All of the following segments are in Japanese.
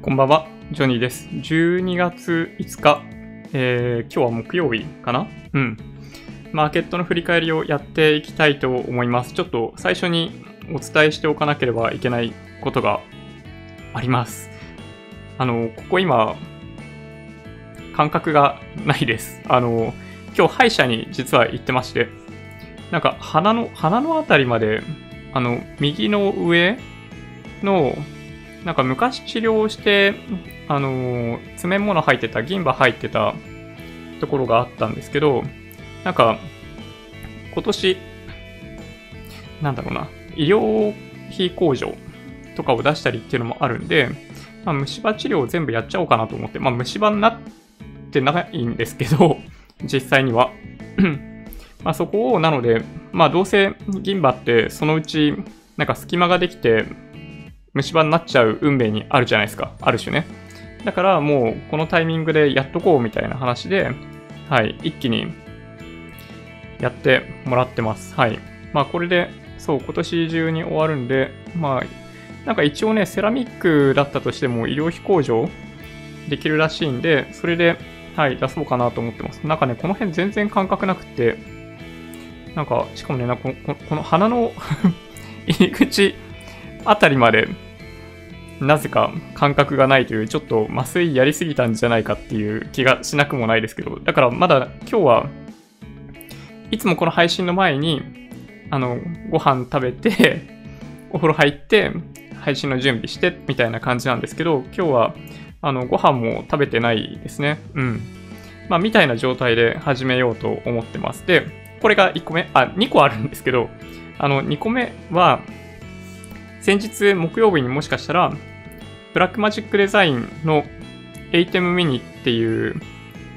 こんばんは、ジョニーです。12月5日、今日は木曜日かな？マーケットの振り返りをやっていきたいと思います。ちょっと最初にお伝えしておかなければいけないことがあります。ここ今、感覚がないです。今日歯医者に実は行ってまして、なんか鼻のあたりまで、右の上の、なんか昔治療して、詰め物入ってた、銀歯入ってたところがあったんですけど、なんか、今年、なんだろうな、医療費控除とかを出したりっていうのもあるんで、虫歯治療を全部やっちゃおうかなと思って、虫歯になってないんですけど、実際には。そこを、なので、どうせ銀歯ってそのうち、なんか隙間ができて、虫歯になっちゃう運命にあるじゃないですか。ある種ね。だからもうこのタイミングでやっとこうみたいな話で、一気にやってもらってます。これで、今年中に終わるんで、なんか一応ね、セラミックだったとしても医療費控除できるらしいんで、それで、出そうかなと思ってます。なんかね、この辺全然感覚なくて、なんか、しかもね、この鼻の入り口あたりまで、なぜか感覚がないという、ちょっと麻酔やりすぎたんじゃないかっていう気がしなくもないですけど、だからまだ今日はいつもこの配信の前に、ご飯食べて、お風呂入って、配信の準備してみたいな感じなんですけど、今日はご飯も食べてないですね。みたいな状態で始めようと思ってます。で、これが1個目、2個あるんですけど、2個目は、先日木曜日にもしかしたら、ブラックマジックデザインの ATEM mini っていう、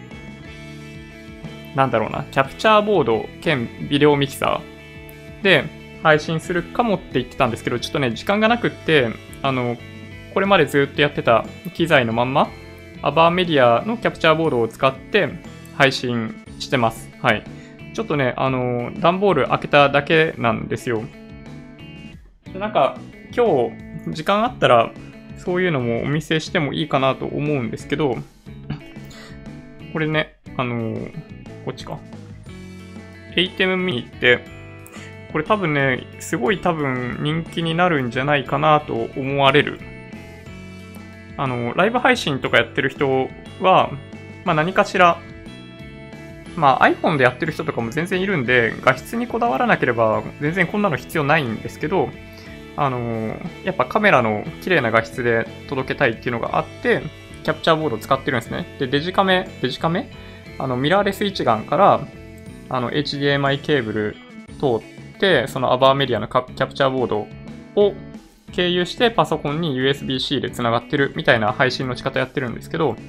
キャプチャーボード兼ビデオミキサーで配信するかもって言ってたんですけど、ちょっとね、時間がなくって、これまでずっとやってた機材のまんま、アバーメディアのキャプチャーボードを使って配信してます。ちょっとね、段ボール開けただけなんですよ。なんか、今日、時間あったら、そういうのもお見せしてもいいかなと思うんですけど、これね、こっちか。ATEM mini って、これ多分ね、すごい人気になるんじゃないかなと思われる。ライブ配信とかやってる人は、何かしら、iPhone でやってる人とかも全然いるんで、画質にこだわらなければ全然こんなの必要ないんですけど、やっぱカメラの綺麗な画質で届けたいっていうのがあって、キャプチャーボードを使ってるんですね。で、デジカメミラーレス一眼から、HDMI ケーブル通って、そのアバーメディアのキャプチャーボードを経由してパソコンに USB-C で繋がってるみたいな配信の仕方やってるんですけど、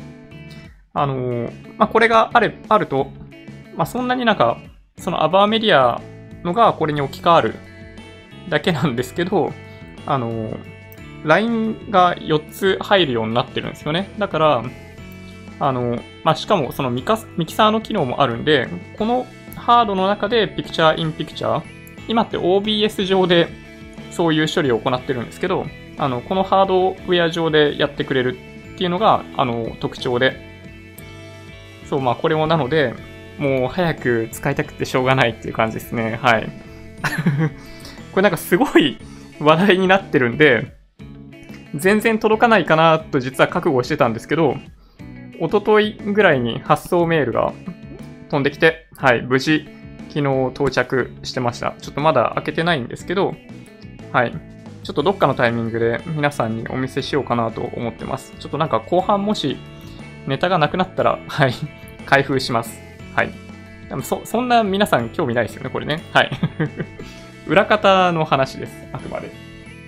これがあると、そんなにそのアバーメディアのがこれに置き換わるだけなんですけど、ラインが4つ入るようになってるんですよね。だから、しかもそのミキサーの機能もあるんで、このハードの中でピクチャーインピクチャー、今って OBS 上でそういう処理を行ってるんですけど、このハードウェア上でやってくれるっていうのが、特徴で、これもなので、もう早く使いたくてしょうがないっていう感じですね。これすごい話題になってるんで、全然届かないかなと実は覚悟してたんですけど、一昨日ぐらいに発送メールが飛んできて、無事昨日到着してました。ちょっとまだ開けてないんですけど、ちょっとどっかのタイミングで皆さんにお見せしようかなと思ってます。ちょっと後半もしネタがなくなったら、開封します。でもそんな皆さん興味ないですよね、これね。裏方の話です、あくまで。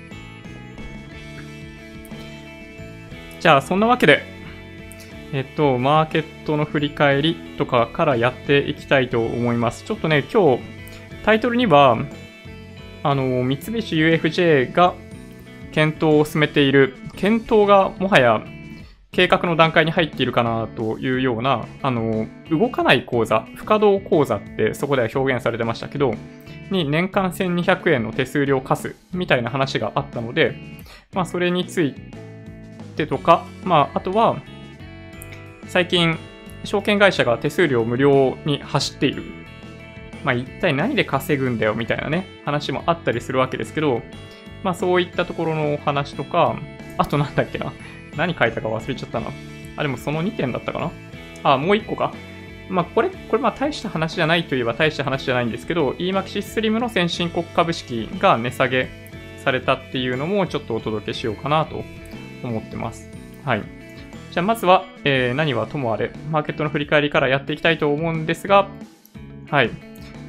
じゃあ、そんなわけで、マーケットの振り返りとかからやっていきたいと思います。ちょっとね、今日、タイトルには、三菱 UFJ が検討を進めている、検討がもはや計画の段階に入っているかなというような、動かない口座、不稼働口座ってそこでは表現されてましたけど、に年間1200円の手数料課すみたいな話があったので、それについて手とか、あとは、最近、証券会社が手数料無料に走っている。一体何で稼ぐんだよみたいなね、話もあったりするわけですけど、そういったところのお話とか、あとなんだっけな。何書いたか忘れちゃったな。でもその2点だったかな。もう1個か。これ大した話じゃないといえば大した話じゃないんですけど、EMAXIS SLIM の先進国株式が値下げされたっていうのもちょっとお届けしようかなと思ってます。はい。じゃあまずは、何はともあれ、マーケットの振り返りからやっていきたいと思うんですが、はい。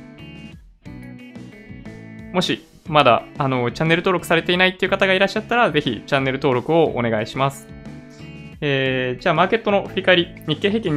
もし、まだ、チャンネル登録されていないっていう方がいらっしゃったら、ぜひチャンネル登録をお願いします。じゃあ、マーケットの振り返り、日経平均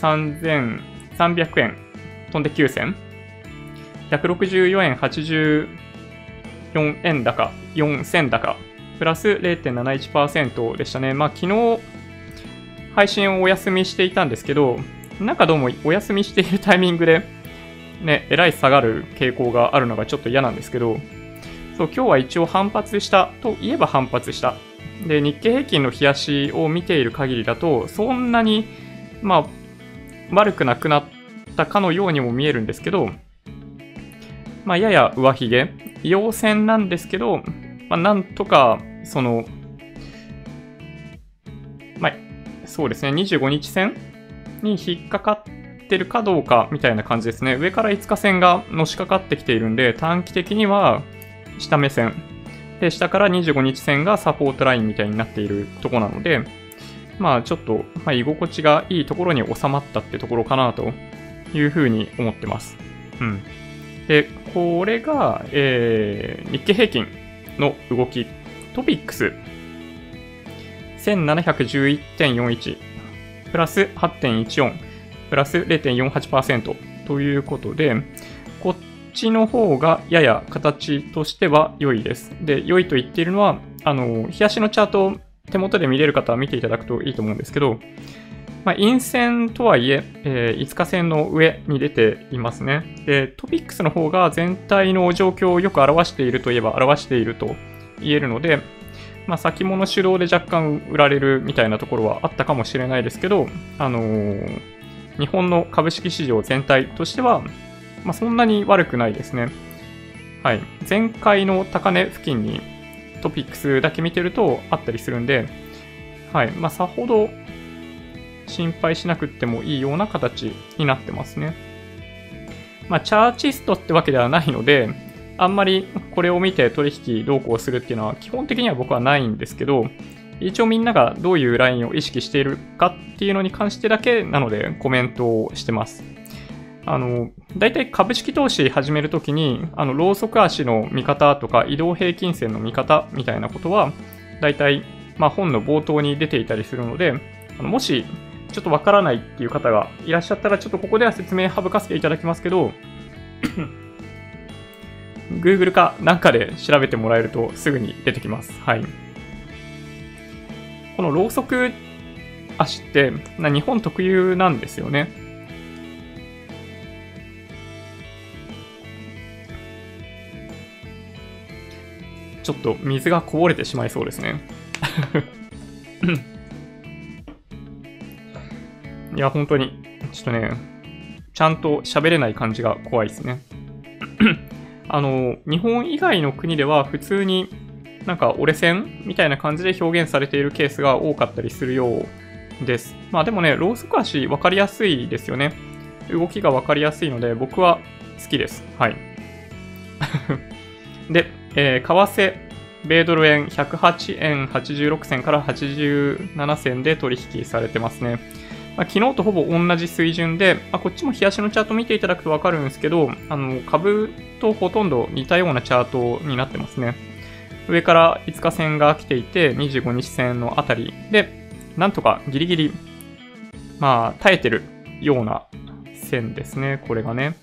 23,300円、飛んで9銭、164円84円高、4銭高、プラス 0.71% でしたね。昨日、配信をお休みしていたんですけど、なんかどうもお休みしているタイミングで、ね、えらい下がる傾向があるのがちょっと嫌なんですけど、そう、今日は一応反発したといえば反発した。で、日経平均の冷やしを見ている限りだと、そんなに、悪くなくなったかのようにも見えるんですけど、やや上髭、陽線なんですけど、なんとか、そうですね、25日線に引っかかってるかどうかみたいな感じですね。上から5日線がのしかかってきているんで、短期的には下目線。で、下から25日線がサポートラインみたいになっているところなので、ちょっと、居心地がいいところに収まったってところかなというふうに思ってます。うん。で、これが、日経平均の動き、トピックス、1711.41、プラス 8.14、プラス 0.48% ということで、こっちの方がやや形としては良いです。で、良いと言っているのは、冷やしのチャートを手元で見れる方は見ていただくといいと思うんですけど、陰線とはいえ、5日線の上に出ていますね。で、トピックスの方が全体の状況をよく表しているといえば表していると言えるので、先物主導で若干売られるみたいなところはあったかもしれないですけど、日本の株式市場全体としては、そんなに悪くないですね。はい。前回の高値付近にトピックスだけ見てるとあったりするんで、はい。さほど心配しなくってもいいような形になってますね。チャーチストってわけではないので、あんまりこれを見て取引どうこうするっていうのは基本的には僕はないんですけど、一応みんながどういうラインを意識しているかっていうのに関してだけなのでコメントをしてます。だいたい株式投資始めるときに、ローソク足の見方とか移動平均線の見方みたいなことは、だいたい本の冒頭に出ていたりするので、もしちょっとわからないっていう方がいらっしゃったら、ちょっとここでは説明省かせていただきますけど、Google かなんかで調べてもらえるとすぐに出てきます。はい。このローソク足って日本特有なんですよね。ちょっと水がこぼれてしまいそうですね。いや、本当に、ちょっとね、ちゃんと喋れない感じが怖いですね。日本以外の国では普通になんか折れ線みたいな感じで表現されているケースが多かったりするようです。でもね、ローソク足分かりやすいですよね。動きが分かりやすいので僕は好きです。はい。で、為替、米ドル円108円86銭から87銭で取引されてますね。昨日とほぼ同じ水準で、こっちも冷やしのチャート見ていただくと分かるんですけど、株とほとんど似たようなチャートになってますね。上から5日線が来ていて、25日線のあたりで、なんとかギリギリ、耐えてるような線ですね、これがね。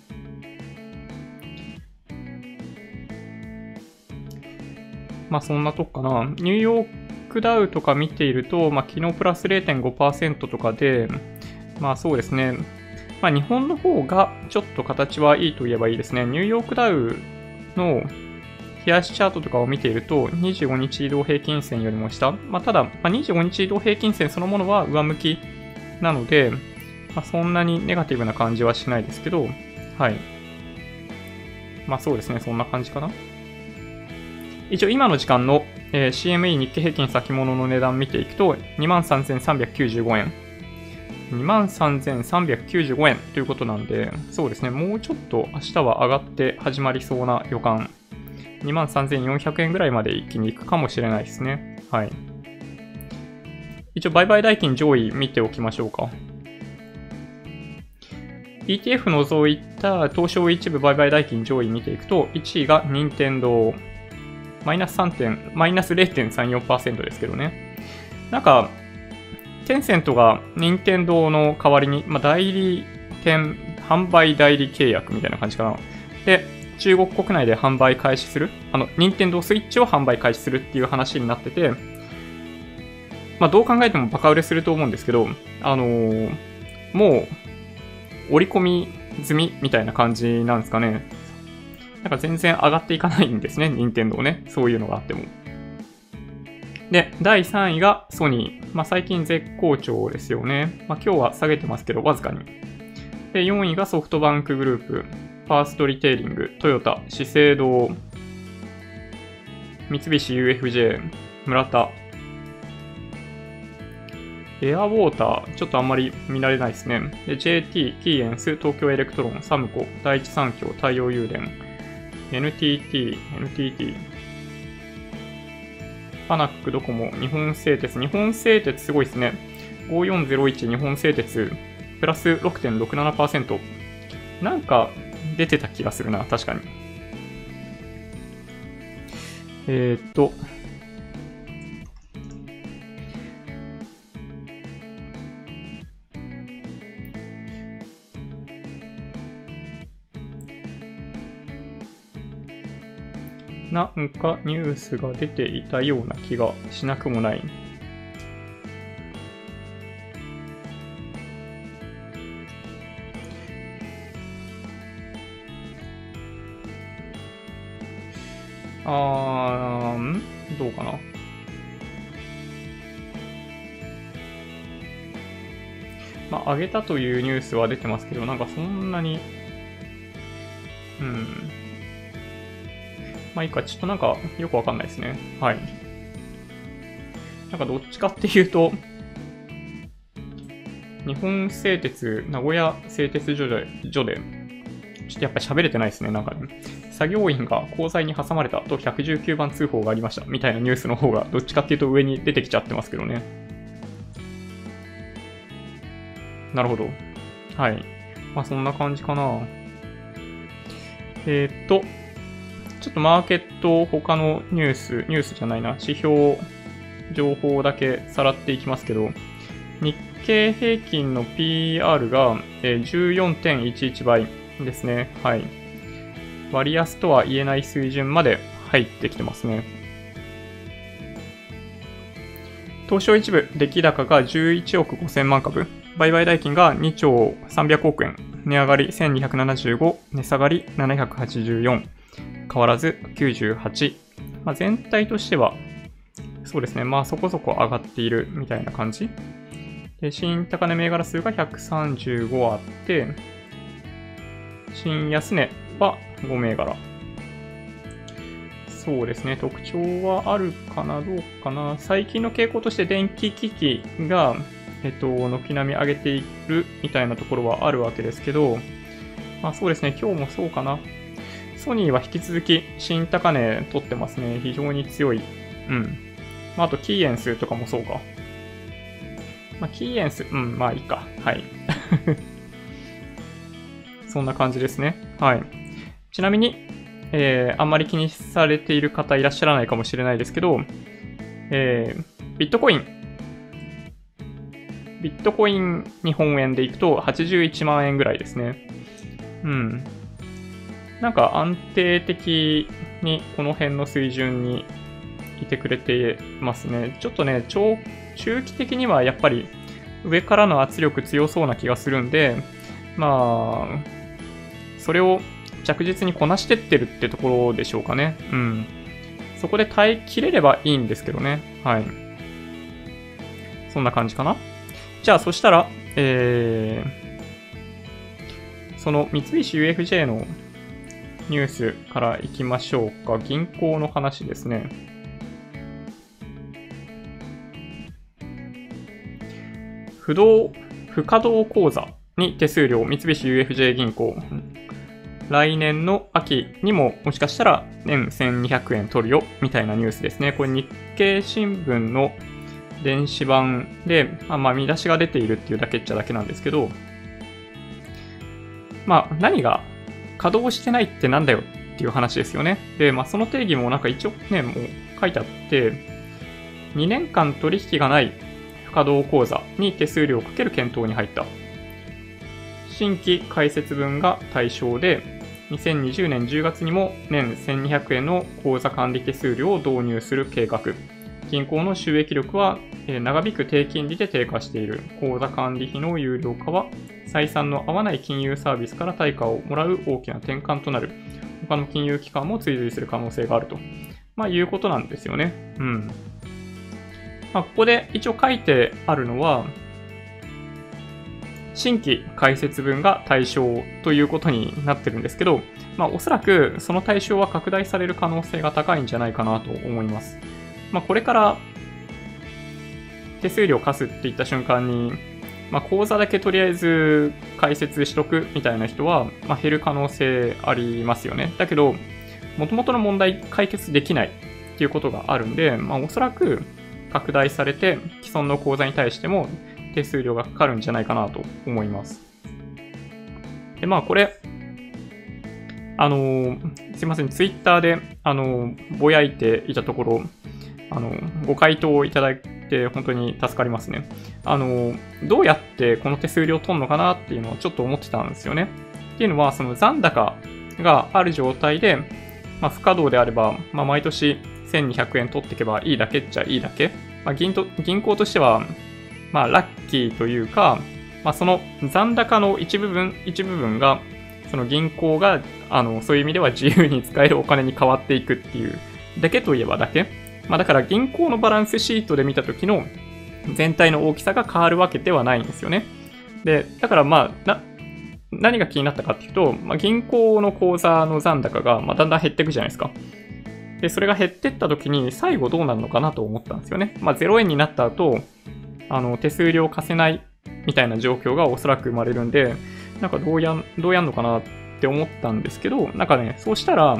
そんなとこかな。ニューヨークダウとか見ていると、昨日プラス 0.5% とかで、そうですね。日本の方がちょっと形はいいと言えばいいですね。ニューヨークダウの冷日足チャートとかを見ていると、25日移動平均線よりも下。ただ、25日移動平均線そのものは上向きなので、そんなにネガティブな感じはしないですけど、はい。そうですね、そんな感じかな。一応今の時間の、CME 日経平均先物の値段見ていくと、23,395円。23,395円ということなんで、そうですね、もうちょっと明日は上がって始まりそうな予感。23,400円ぐらいまで一気に行くかもしれないですね。はい。一応、売買代金上位見ておきましょうか。ETF 除いた東証一部売買代金上位見ていくと、1位が任天堂。マイナス 0.34% ですけどね。なんか、テンセントが任天堂の代わりに、代理店、販売代理契約みたいな感じかな。で、中国国内で販売開始する、任天堂スイッチを販売開始するっていう話になってて、どう考えてもバカ売れすると思うんですけど、もう、織り込み済みみたいな感じなんですかね。なんか全然上がっていかないんですね、任天堂ね。そういうのがあっても。で、第3位がソニー。最近絶好調ですよね。今日は下げてますけど、わずかに。で、4位がソフトバンクグループ、ファーストリテイリング、トヨタ、資生堂、三菱 UFJ、村田、エアウォーター、ちょっとあんまり見られないですね。で、JT、キーエンス、東京エレクトロン、サムコ、第一三共、太陽誘電、NTT、ファナック、ドコモ、日本製鉄。日本製鉄すごいですね。5401日本製鉄、プラス 6.67%。なんか出てた気がするな、確かに。なんかニュースが出ていたような気がしなくもない。どうかな。上げたというニュースは出てますけど、なんかそんなに、いいか、ちょっとなんかよくわかんないですね。はい。なんかどっちかっていうと、日本製鉄、名古屋製鉄所で、ちょっとやっぱり喋れてないですね。なんか、作業員が鋼材に挟まれたと119番通報がありましたみたいなニュースの方がどっちかっていうと上に出てきちゃってますけどね。なるほど。はい。そんな感じかな。ちょっとマーケット他のニュースじゃないな、指標情報だけさらっていきますけど、日経平均の PR が 14.11 倍ですね。はい。割安とは言えない水準まで入ってきてますね。東証一部、出来高が11億5000万株。売買代金が2兆300億円。値上がり1275、値下がり784。変わらず98。全体としては、そうですね。そこそこ上がっているみたいな感じ。で、新高値銘柄数が135あって、新安値は5銘柄。そうですね。特徴はあるかな、どうかな。最近の傾向として電気機器が、軒並み上げているみたいなところはあるわけですけど、そうですね。今日もそうかな。ソニーは引き続き新高値取ってますね。非常に強い。あと、キーエンスとかもそうか。キーエンス、いいか。はい。そんな感じですね。はい。ちなみに、あんまり気にされている方いらっしゃらないかもしれないですけど、ビットコイン日本円でいくと81万円ぐらいですね。なんか安定的にこの辺の水準にいてくれてますね。ちょっとね、中期的にはやっぱり上からの圧力強そうな気がするんで、それを着実にこなしてってるってところでしょうかね。 そこで耐えきれればいいんですけどね。はい。そんな感じかな。じゃあ、そしたら、その三菱 UFJ のニュースからいきましょうか。銀行の話ですね。不稼働口座に手数料、三菱 UFJ 銀行。来年の秋にももしかしたら年1200円取るよみたいなニュースですね。これ日経新聞の電子版で、見出しが出ているっていうだけっちゃだけなんですけど、何が稼働してないってなんだよっていう話ですよね。で、その定義もなんか一応ね、もう書いてあって、2年間取引がない不稼働口座に手数料をかける検討に入った。新規開設分が対象で、2020年10月にも年1200円の口座管理手数料を導入する計画。銀行の収益力は長引く低金利で低下している。口座管理費の有料化は採算の合わない金融サービスから対価をもらう大きな転換となる。他の金融機関も追随する可能性があると、いうことなんですよね。ここで一応書いてあるのは、新規開設分が対象ということになってるんですけど、おそらくその対象は拡大される可能性が高いんじゃないかなと思います。これから手数料課すっていった瞬間に、口座だけとりあえず開設しとくみたいな人は、減る可能性ありますよね。だけど、元々の問題解決できないっていうことがあるんで、おそらく拡大されて既存の口座に対しても手数料がかかるんじゃないかなと思います。で、これ、すいません、ツイッターで、ぼやいていたところ、ご回答をいただいて本当に助かりますね。どうやってこの手数料を取るのかなっていうのをちょっと思ってたんですよね。っていうのは、その残高がある状態で、不稼働であれば、毎年1200円取っていけばいいだけっちゃいいだけ。銀行としては、ラッキーというか、その残高の一部分が、その銀行が、そういう意味では自由に使えるお金に変わっていくっていうだけといえばだけ。だから銀行のバランスシートで見たときの全体の大きさが変わるわけではないんですよね。で、だから何が気になったかっていうと、銀行の口座の残高がだんだん減っていくじゃないですか。で、それが減っていったときに最後どうなるのかなと思ったんですよね。0円になった後、手数料貸せないみたいな状況がおそらく生まれるんで、どうやんのかなって思ったんですけど、そうしたら、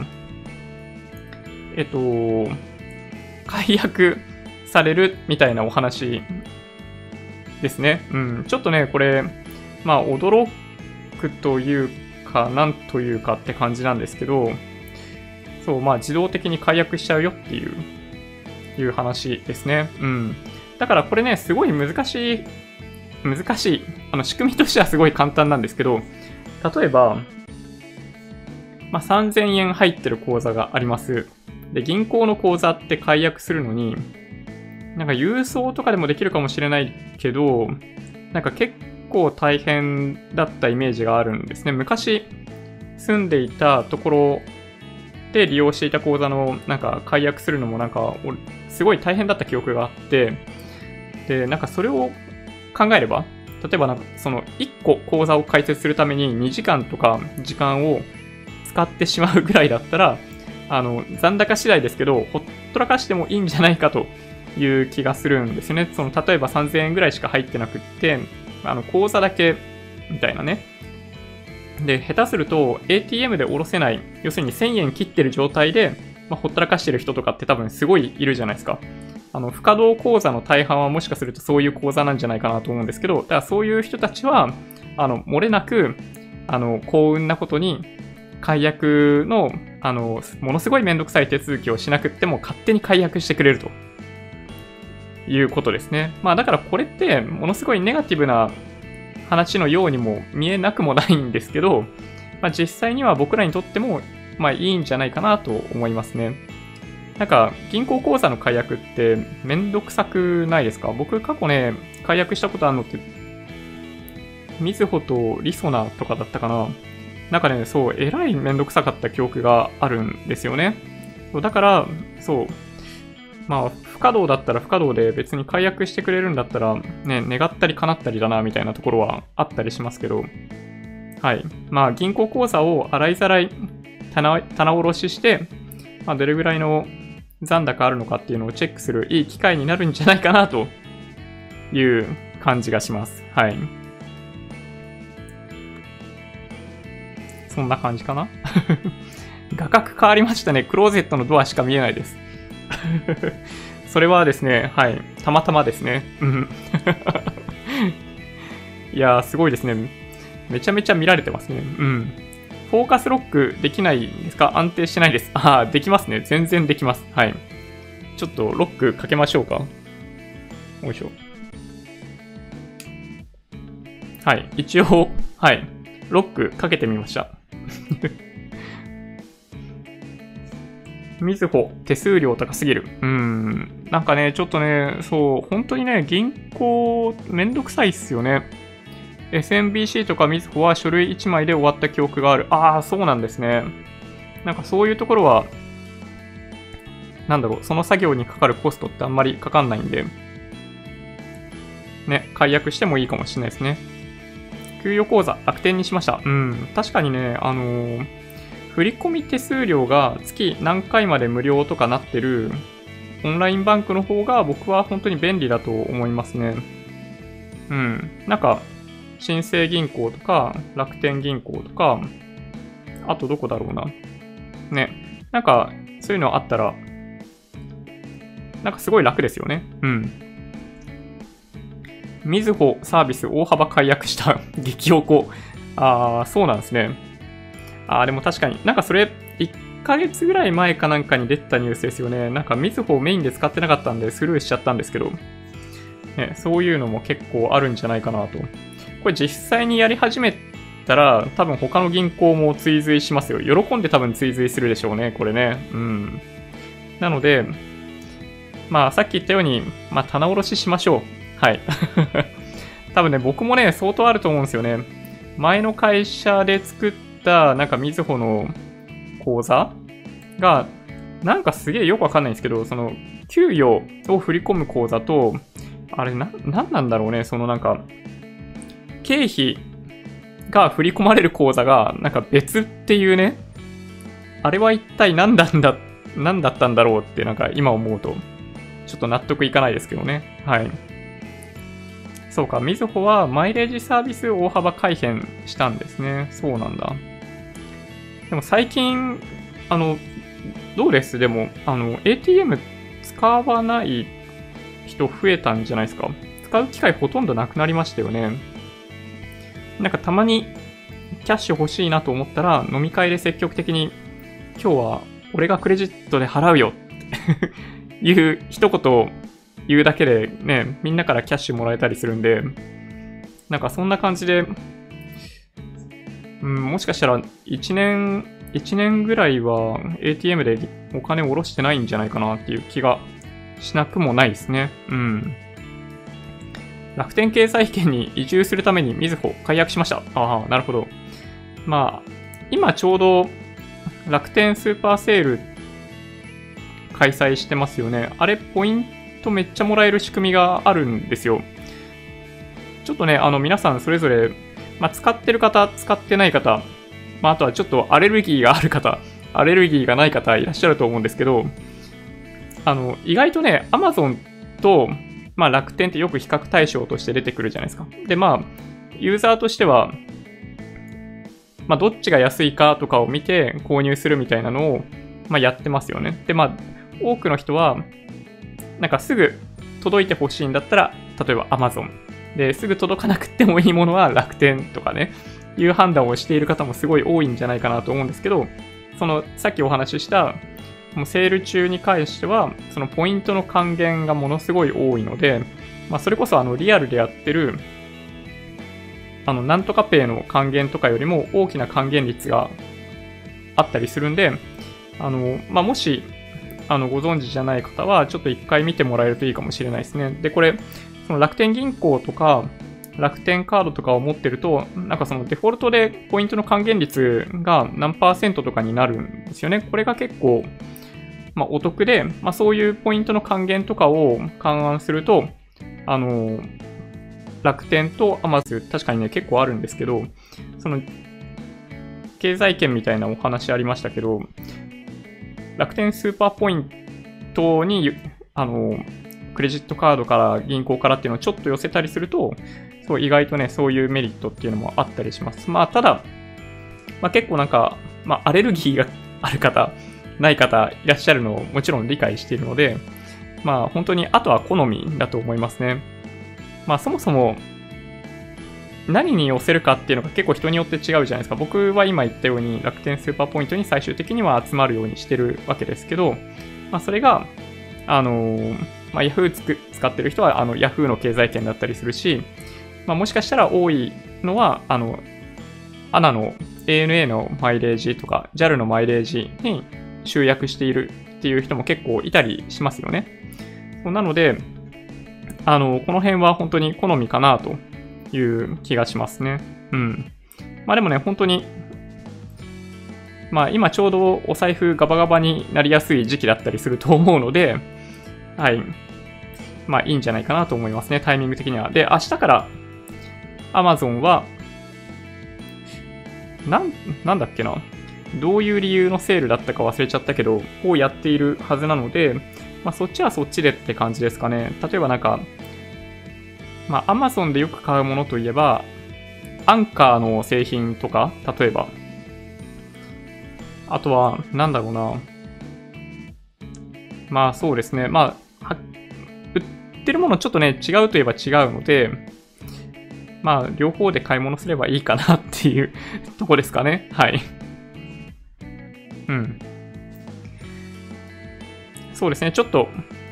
解約されるみたいなお話ですね。ちょっとね、これ、驚くというか、なんというかって感じなんですけど、そう、自動的に解約しちゃうよっていう話ですね。だからこれね、すごい難しい。仕組みとしてはすごい簡単なんですけど、例えば、3000円入ってる口座があります。で、銀行の口座って解約するのに、郵送とかでもできるかもしれないけど、結構大変だったイメージがあるんですね。昔住んでいたところで利用していた口座の解約するのもすごい大変だった記憶があって、で、それを考えれば、例えばその1個口座を開設するために2時間とか時間を使ってしまうぐらいだったら、残高次第ですけど、ほっとらかしてもいいんじゃないかという気がするんですよね。例えば3000円ぐらいしか入ってなくって、口座だけみたいなね。で、下手すると ATM で下ろせない、要するに1000円切ってる状態で、ほったらかしてる人とかって多分すごいいるじゃないですか。不稼働口座の大半はもしかするとそういう口座なんじゃないかなと思うんですけど、だからそういう人たちは、漏れなく、幸運なことに、解約の、ものすごいめんどくさい手続きをしなくっても勝手に解約してくれるということですね。だからこれってものすごいネガティブな話のようにも見えなくもないんですけど、実際には僕らにとっても、いいんじゃないかなと思いますね。銀行口座の解約ってめんどくさくないですか？僕過去ね、解約したことあるのって、みずほとりそなとかだったかな。そう、えらいめんどくさかった記憶があるんですよね。 そうだから、そう。まあ、不可動だったら不可動で別に解約してくれるんだったら、ね、願ったり叶ったりだな、みたいなところはあったりしますけど、はい。まあ、銀行口座を洗いざらい棚卸しして、まあ、どれぐらいの残高あるのかっていうのをチェックするいい機会になるんじゃないかな、という感じがします。はい。そんな感じかな画角変わりましたね。クローゼットのドアしか見えないです。それはですね、はい。たまたまですね。うん。いやー、すごいですね。めちゃめちゃ見られてますね。うん。フォーカスロックできないんですか？安定してないです。ああ、できますね。全然できます。はい。ちょっとロックかけましょうか。よいしょ。はい。一応、はい。ロックかけてみました。みずほ、手数料高すぎる。なんかね、ちょっとね、そう、本当にね、銀行、めんどくさいっすよね。SMBC とかみずほは書類1枚で終わった記憶がある。ああ、そうなんですね。なんかそういうところは、なんだろう、その作業にかかるコストってあんまりかかんないんで、ね、解約してもいいかもしれないですね。給与口座、楽天にしました。確かにね、振込手数料が月何回まで無料とかなってるオンラインバンクの方が僕は本当に便利だと思いますね。なんか、新生銀行とか、楽天銀行とか、あとどこだろうな。ね。なんか、そういうのあったら、なんかすごい楽ですよね。みずほサービス大幅解約した激おこ。そうなんですね。でも確かになんかそれ、1ヶ月ぐらい前かなんかに出たニュースですよね。なんかみずほをメインで使ってなかったんでスルーしちゃったんですけど、ね、そういうのも結構あるんじゃないかなと。これ実際にやり始めたら多分他の銀行も追随しますよ。喜んで多分追随するでしょうね、これね。なので、まあさっき言ったように、まあ棚卸ししましょう。はい。多分ね、僕もね、相当あると思うんですよね。前の会社で作ったなんかみずほの口座が、なんかすげえよくわかんないんですけど、その、給与を振り込む口座と、あれなんなんだろうね、そのなんか、経費が振り込まれる口座が、なんか別っていうね、あれは一体何だったんだろうってなんか今思うと、ちょっと納得いかないですけどね。はい。そうか、みずほはマイレージサービス大幅改変したんですね。そうなんだ。でも最近、どうですでも、ATM 使わない人増えたんじゃないですか。使う機会ほとんどなくなりましたよね。なんかたまにキャッシュ欲しいなと思ったら、飲み会で積極的に、今日は俺がクレジットで払うよっていう一言言うだけでね、みんなからキャッシュもらえたりするんで、なんかそんな感じで、もしかしたら1年ぐらいは ATM でお金を下ろしてないんじゃないかなっていう気がしなくもないですね。楽天経済圏に移住するためにみずほ解約しました。なるほど。まあ、今ちょうど楽天スーパーセール開催してますよね。あれ、ポイントめっちゃもらえる仕組みがあるんですよ。ちょっとね、皆さんそれぞれ、使ってる方、使ってない方、あとはちょっとアレルギーがある方、アレルギーがない方いらっしゃると思うんですけど、意外とね、Amazon と、楽天ってよく比較対象として出てくるじゃないですか。で、ユーザーとしては、どっちが安いかとかを見て購入するみたいなのを、やってますよね。で、多くの人は、なんかすぐ届いてほしいんだったら、例えば Amazon。で、すぐ届かなくてもいいものは楽天とかね、いう判断をしている方もすごい多いんじゃないかなと思うんですけど、さっきお話しした、セール中に関しては、そのポイントの還元がものすごい多いので、それこそリアルでやってる、なんとかペイの還元とかよりも大きな還元率があったりするんで、もし、ご存知じゃない方は、ちょっと一回見てもらえるといいかもしれないですね。で、これ、その楽天銀行とか、楽天カードとかを持ってると、なんかそのデフォルトでポイントの還元率が何%とかになるんですよね。これが結構、 お得で、そういうポイントの還元とかを勘案すると、楽天とアマゾン、確かにね、結構あるんですけど、その、経済圏みたいなお話ありましたけど、楽天スーパーポイントに、クレジットカードから銀行からっていうのをちょっと寄せたりすると、そう意外とね、そういうメリットっていうのもあったりします。ただ、結構なんか、アレルギーがある方、ない方いらっしゃるのをもちろん理解しているので、本当にあとは好みだと思いますね。そもそも何に寄せるかっていうのが結構人によって違うじゃないですか。僕は今言ったように楽天スーパーポイントに最終的には集まるようにしてるわけですけど、それが、Yahoo 使ってる人はYahoo の経済圏だったりするし、もしかしたら多いのは、ANA の ANA のマイレージとか JAL のマイレージに集約しているっていう人も結構いたりしますよね。なので、この辺は本当に好みかなという気がしますね。うん。でもね、本当に、今ちょうどお財布ガバガバになりやすい時期だったりすると思うので、はい。いいんじゃないかなと思いますね、タイミング的には。で、明日から Amazon は、なんだっけな。どういう理由のセールだったか忘れちゃったけど、をやっているはずなので、そっちはそっちでって感じですかね。例えばなんか、Amazon でよく買うものといえば、アンカーの製品とか、例えば。あとは、なんだろうな。そうですね。売ってるものちょっとね、違うといえば違うので、両方で買い物すればいいかなっていうとこですかね。はい。うん。そうですね。ちょっと、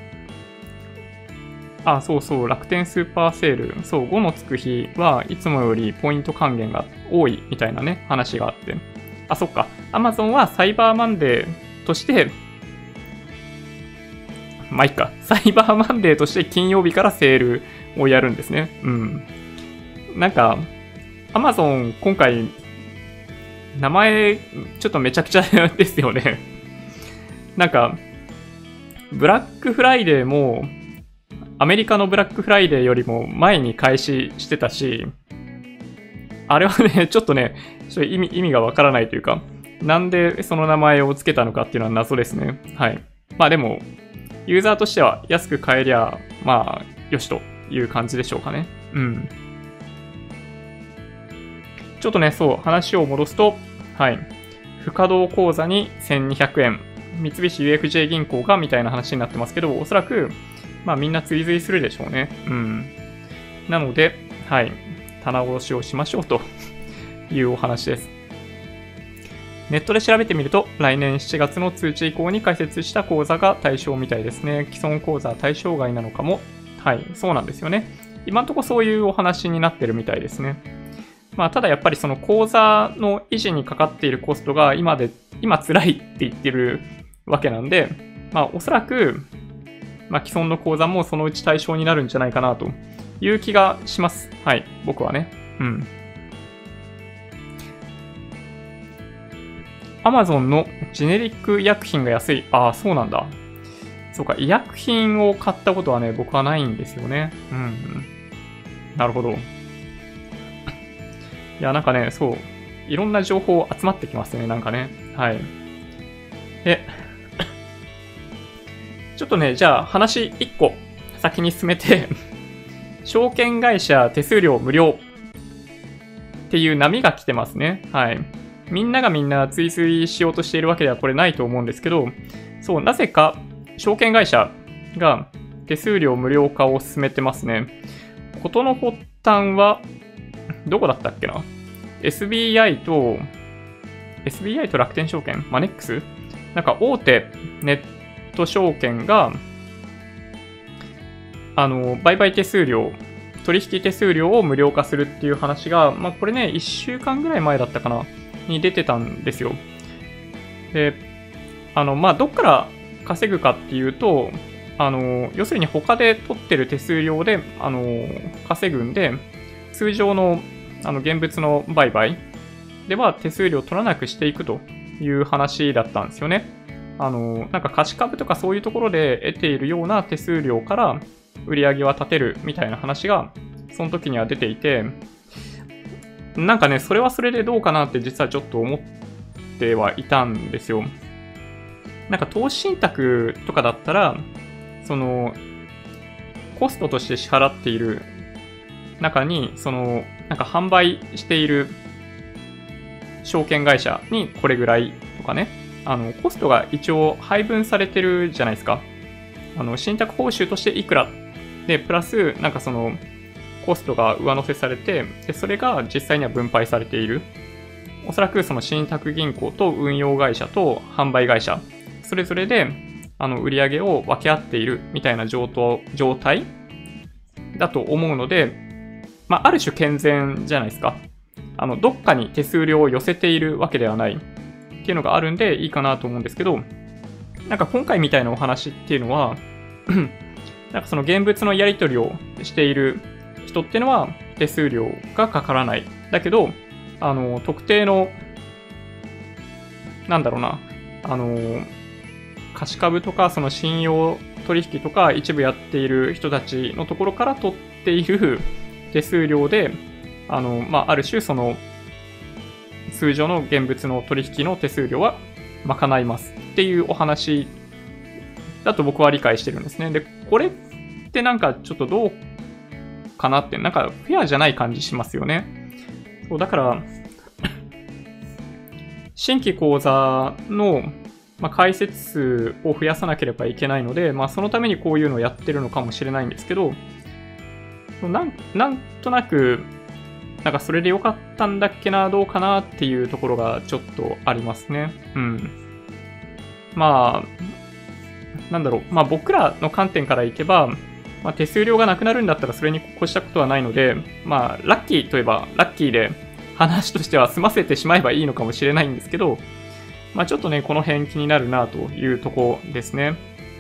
そうそう、楽天スーパーセール。そう、5のつく日はいつもよりポイント還元が多いみたいなね、話があって。そっか。Amazon はサイバーマンデーとして、いいか。サイバーマンデーとして金曜日からセールをやるんですね。うん。なんか、Amazon 今回、名前、ちょっとめちゃくちゃですよね。なんか、ブラックフライデーも、アメリカのブラックフライデーよりも前に開始してたし、あれはね、ちょっとね、意味がわからないというか、なんでその名前を付けたのかっていうのは謎ですね。はい。でも、ユーザーとしては安く買えりゃ、よしという感じでしょうかね。うん。ちょっとね、そう、話を戻すと、はい。不稼働口座に1200円。三菱 UFJ 銀行がみたいな話になってますけど、おそらく、みんな追随するでしょうね。うん。なので、はい。棚卸しをしましょうというお話です。ネットで調べてみると、来年7月の通知以降に開設した口座が対象みたいですね。既存口座は対象外なのかも。はい、そうなんですよね。今のところそういうお話になってるみたいですね。ただやっぱりその口座の維持にかかっているコストが今辛いって言ってるわけなんで、おそらく、既存の口座もそのうち対象になるんじゃないかなという気がします。はい、僕はね。うん。Amazon のジェネリック医薬品が安い。そうなんだ。そうか、医薬品を買ったことはね、僕はないんですよね。うん。なるほど。いや、なんかね、そう。いろんな情報集まってきますね、なんかね。はい。ちょっとね、じゃあ話1個先に進めて証券会社手数料無料っていう波が来てますね。はい。みんながみんな追随しようとしているわけではこれないと思うんですけど、そう、なぜか証券会社が手数料無料化を進めてますね。事の発端は、どこだったっけな ?SBI と楽天証券マネックスなんか大手ネット証券が、売買手数料、取引手数料を無料化するっていう話が、これね、1週間ぐらい前だったかなに出てたんですよ。で、どっから稼ぐかっていうと、要するに他で取ってる手数料で、稼ぐんで、通常の、現物の売買では手数料取らなくしていくという話だったんですよね。 なんか貸し株とかそういうところで得ているような手数料から売り上げは立てるみたいな話が、その時には出ていて、なんかね、それはそれでどうかなって実はちょっと思ってはいたんですよ。なんか投資信託とかだったら、コストとして支払っている中に、なんか販売している証券会社にこれぐらいとかね、コストが一応配分されてるじゃないですか。信託報酬としていくらで、プラス、なんかコストが上乗せされて、で、それが実際には分配されている。おそらくその信託銀行と運用会社と販売会社、それぞれで、売り上げを分け合っているみたいな状態だと思うので、まあ、ある種健全じゃないですか。どっかに手数料を寄せているわけではないっていうのがあるんでいいかなと思うんですけど、なんか今回みたいなお話っていうのは、なんかその現物のやり取りをしている人っていうのは手数料がかからない。だけど、特定の、なんだろうな、貸し株とかその信用取引とか一部やっている人たちのところから取っている手数料で、まあ、ある種その通常の現物の取引の手数料は賄いますっていうお話だと僕は理解してるんですね。で、これってなんかちょっとどうかなって、なんかフェアじゃない感じしますよね。そう、だから、新規口座の開設数を増やさなければいけないので、そのためにこういうのをやってるのかもしれないんですけど、なんとなく、なんかそれで良かったんだっけな、どうかなっていうところがちょっとありますね。うん。なんだろう。僕らの観点からいけば、手数料がなくなるんだったらそれに越したことはないので、ラッキーといえばラッキーで話としては済ませてしまえばいいのかもしれないんですけど、ちょっとね、この辺気になるなというとこですね。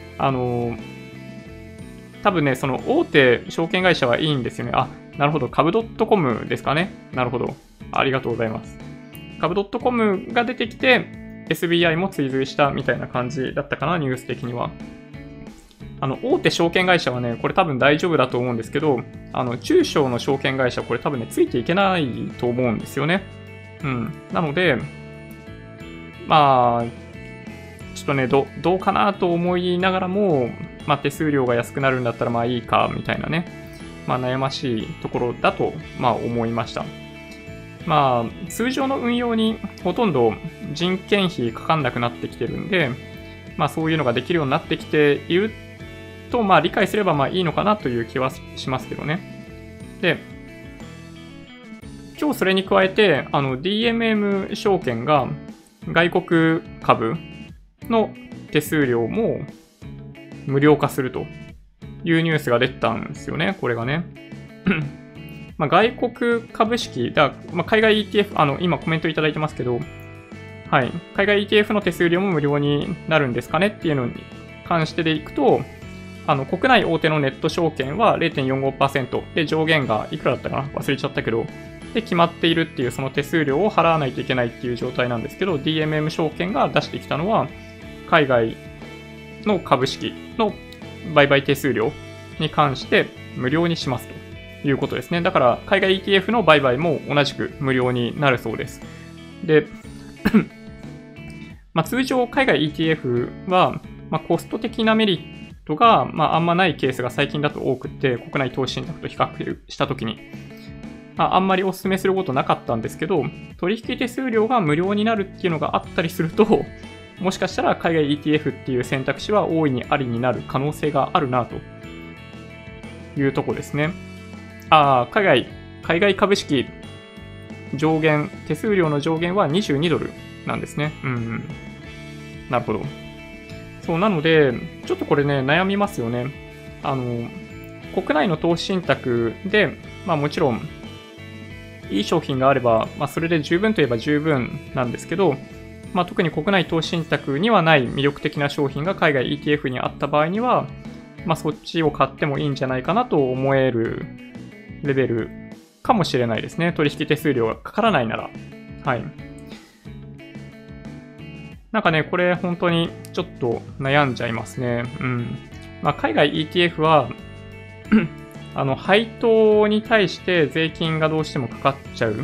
多分ね、その大手証券会社はいいんですよね。あ、なるほど。株 .com ですかね。なるほど。ありがとうございます。株 .com が出てきて、SBI も追随したみたいな感じだったかな、ニュース的には。大手証券会社はね、これ多分大丈夫だと思うんですけど、中小の証券会社はこれ多分ね、ついていけないと思うんですよね。うん。なので、ちょっとね、どうかなと思いながらも、手数料が安くなるんだったらいいか、みたいなね。悩ましいところだと、思いました。通常の運用にほとんど人件費かかんなくなってきてるんで、そういうのができるようになってきていると、理解すればいいのかなという気はしますけどね。で、今日それに加えて、DMM 証券が外国株の手数料も無料化するというニュースが出たんですよね、これがね。外国株式、海外 ETF、今コメントいただいてますけど、はい、海外 ETF の手数料も無料になるんですかねっていうのに関してでいくと、国内大手のネット証券は 0.45% で上限がいくらだったかな忘れちゃったけど、で決まっているっていうその手数料を払わないといけないっていう状態なんですけど、DMM 証券が出してきたのは、海外の株式の売買手数料に関して無料にしますということですね。だから海外 ETF の売買も同じく無料になるそうです。で、通常海外 ETF は、コスト的なメリットが、あんまないケースが最近だと多くて、国内投資信託と比較したときに、あんまりお勧めすることなかったんですけど、取引手数料が無料になるっていうのがあったりすると、もしかしたら海外 ETF っていう選択肢は大いにありになる可能性があるなというとこですね。海外株式上限、手数料の上限は22ドルなんですね。なるほど。そう、なので、ちょっとこれね、悩みますよね。国内の投資信託で、もちろん、いい商品があれば、それで十分といえば十分なんですけど、特に国内投資信託にはない魅力的な商品が海外 ETF にあった場合には、そっちを買ってもいいんじゃないかなと思えるレベルかもしれないですね。取引手数料がかからないなら。はい。 なんかね、これ本当にちょっと悩んじゃいますね。まあ、海外 ETF は配当に対して税金がどうしてもかかっちゃう。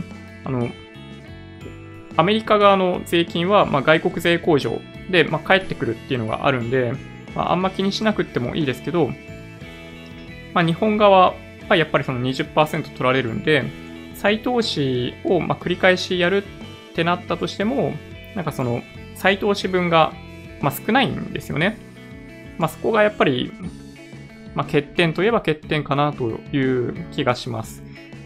アメリカ側の税金は、まあ、外国税控除で、まあ、返ってくるっていうのがあるんで、まあ、あんま気にしなくってもいいですけど、まあ、日本側はやっぱりその 20% 取られるんで、再投資をまあ繰り返しやるってなったとしても、なんかその再投資分がまあ少ないんですよね。まあ、そこがやっぱり、まあ、欠点といえば欠点かなという気がします。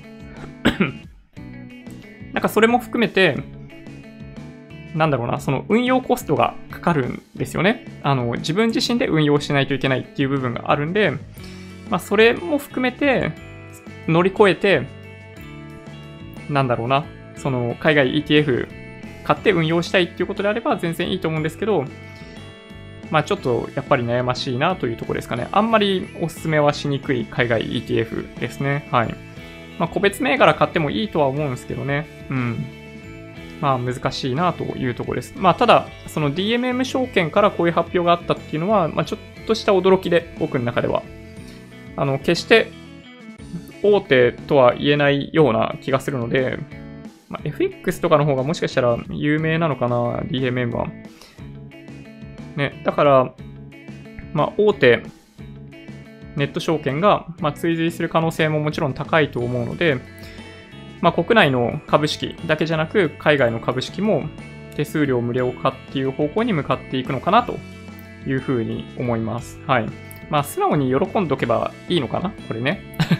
なんかそれも含めて、なんだろうな、その運用コストがかかるんですよね。自分自身で運用しないといけないっていう部分があるんで、まあ、それも含めて乗り越えて、なんだろうな、その海外 ETF 買って運用したいっていうことであれば全然いいと思うんですけど、まあちょっとやっぱり悩ましいなというところですかね。あんまりおすすめはしにくい海外 ETF ですね。はい。まあ個別銘柄買ってもいいとは思うんですけどね。まあ難しいなというところです。まあただ、その DMM 証券からこういう発表があったっていうのは、まあちょっとした驚きで、僕の中では。決して大手とは言えないような気がするので、まあ、FX とかの方がもしかしたら有名なのかな、DMM は。ね、だから、まあ、大手ネット証券が、まあ、追随する可能性ももちろん高いと思うので、まあ、国内の株式だけじゃなく、海外の株式も手数料無料化っていう方向に向かっていくのかなというふうに思います。はい。まあ、素直に喜んどけばいいのかなこれね。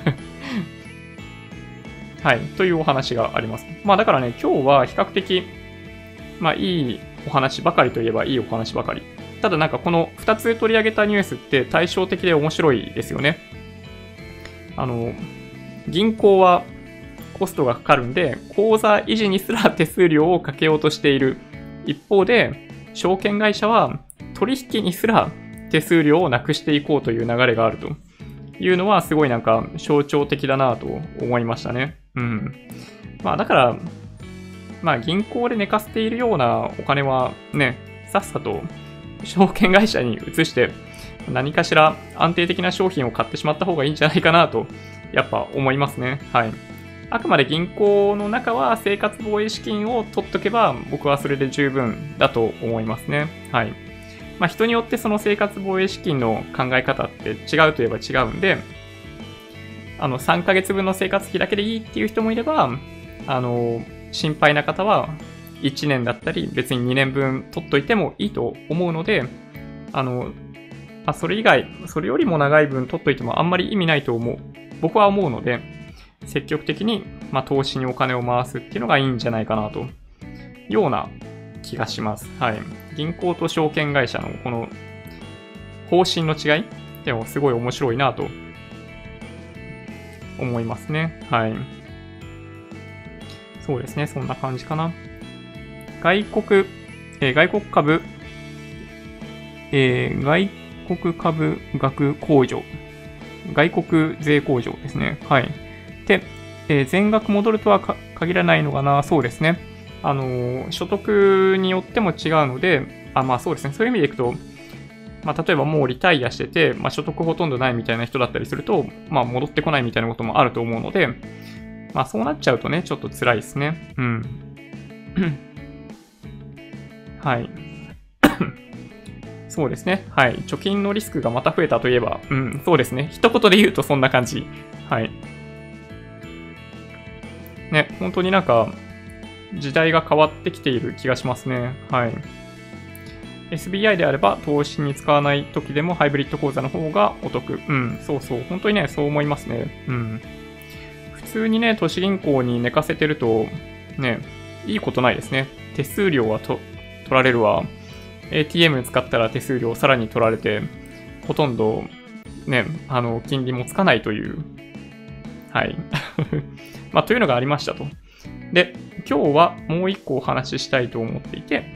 はい。というお話があります。まあ、だからね、今日は比較的、まあ、いいお話ばかりといえばいいお話ばかり。ただなんかこの2つ取り上げたニュースって対照的で面白いですよね。銀行はコストがかかるんで、口座維持にすら手数料をかけようとしている。一方で、証券会社は取引にすら手数料をなくしていこうという流れがあるというのはすごいなんか象徴的だなと思いましたね。まあだから、まあ銀行で寝かせているようなお金はね、さっさと証券会社に移して何かしら安定的な商品を買ってしまった方がいいんじゃないかなとやっぱ思いますね。はい。あくまで銀行の中は生活防衛資金を取っとけば僕はそれで十分だと思いますね。はい。まあ人によってその生活防衛資金の考え方って違うといえば違うんで、3ヶ月分の生活費だけでいいっていう人もいれば、心配な方は1年だったり別に2年分取っといてもいいと思うので、それ以外、それよりも長い分取っといてもあんまり意味ないと僕は思うので、積極的に、まあ、投資にお金を回すっていうのがいいんじゃないかなと、ような気がします。はい。銀行と証券会社のこの方針の違いでもすごい面白いなと思いますね。はい。そうですね。そんな感じかな。外国株、外国株額控除。外国税控除ですね。はい。で、全額戻るとは限らないのかな。そうですね。所得によっても違うので、まあそうですね。そういう意味でいくと、まあ例えばもうリタイアしてて、まあ所得ほとんどないみたいな人だったりすると、まあ戻ってこないみたいなこともあると思うので、まあそうなっちゃうとね、ちょっと辛いですね。はい。そうですね。はい。貯金のリスクがまた増えたといえば、そうですね。一言で言うとそんな感じ。はい。ね、本当になんか、時代が変わってきている気がしますね。はい。SBI であれば、投資に使わない時でもハイブリッド口座の方がお得。そうそう。本当にね、そう思いますね。普通にね、都市銀行に寝かせてると、ね、いいことないですね。手数料は取られるわ。ATM 使ったら手数料さらに取られて、ほとんど、ね、金利もつかないという。はい。まあ、というのがありましたと。で、今日はもう一個お話ししたいと思っていて、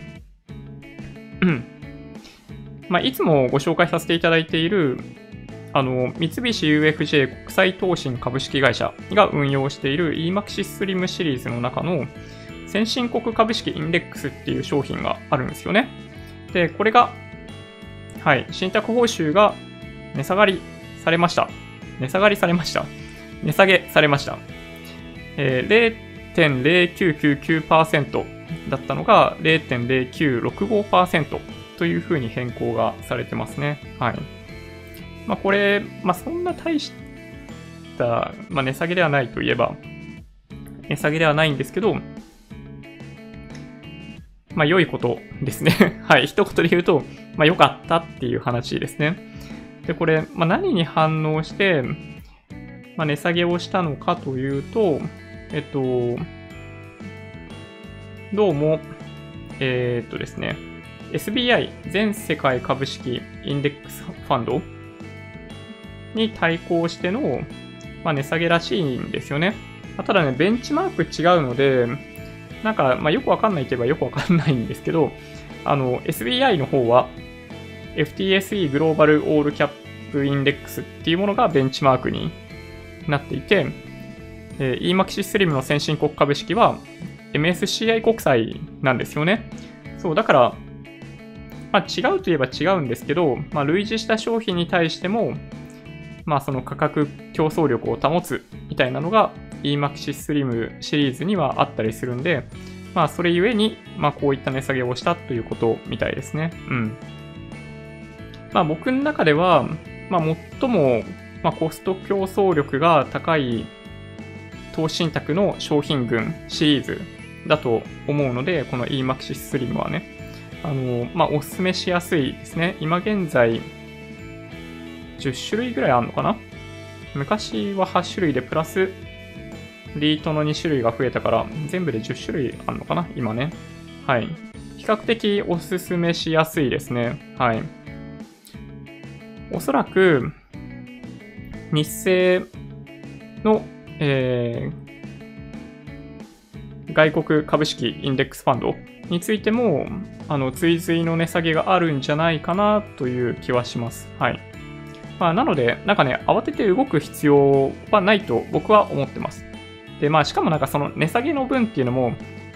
まあ、いつもご紹介させていただいている、三菱 UFJ 国際投信株式会社が運用している EMAXIS SLIM シリーズの中の先進国株式インデックスっていう商品があるんですよね。 で、これが、はい、信託報酬が値下がりされました。値下がりされました。値下げされました。0.0999% だったのが 0.0965% というふうに変更がされてますね。はい。まあこれ、まあそんな大した、まあ、値下げではないといえば、値下げではないんですけど、まあ良いことですね。はい。一言で言うと、まあ良かったっていう話ですね。で、これ、まあ何に反応して、まあ、値下げをしたのかというと、どうも、ですね、SBI 全世界株式インデックスファンドに対抗しての、まあ、値下げらしいんですよね。ただね、ベンチマーク違うので、なんか、まあ、よくわかんないといえばよくわかんないんですけど、SBI の方は FTSE グローバルオールキャップインデックスっていうものがベンチマークになっていて、EMAXI SLIM の先進国株式は MSCI 国債なんですよね。そう、だから、まあ、違うといえば違うんですけど、まあ、類似した商品に対しても、まあ、その価格競争力を保つみたいなのが EMAXI SLIM シリーズにはあったりするんで、まあ、それゆえに、まあ、こういった値下げをしたということみたいですね。うん。まあ、僕の中では、まあ、最も、まあ、コスト競争力が高い投資信託の商品群シリーズだと思うので、この EMAXI SLIM はね、まあ、おすすめしやすいですね。今現在、10種類ぐらいあるのかな？昔は8種類でプラス、リートの2種類が増えたから、全部で10種類あるのかな今ね。はい。比較的おすすめしやすいですね。はい。おそらく、日清の、外国株式インデックスファンドについても、追随の値下げがあるんじゃないかなという気はします。はい。まあ、なので、なんかね、慌てて動く必要はないと僕は思ってます。で、まあ、しかもなんかその値下げの分っていうのも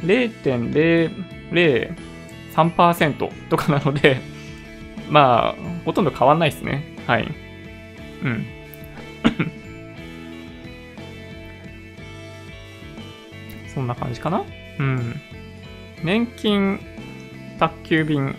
0.003% とかなので、まあ、ほとんど変わんないですね。はい。うん。そんな感じかな？うん。年金宅急便。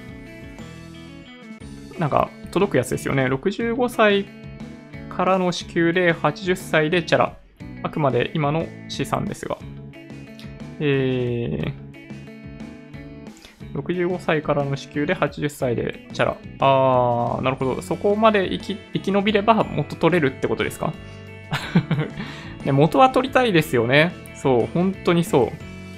なんか、届くやつですよね。65歳からの支給で80歳でチャラ。あくまで今の資産ですが。65歳からの支給で80歳でチャラ。なるほど。そこまで生き延びれば元取れるってことですか？ね、元は取りたいですよね。そう、本当にそう。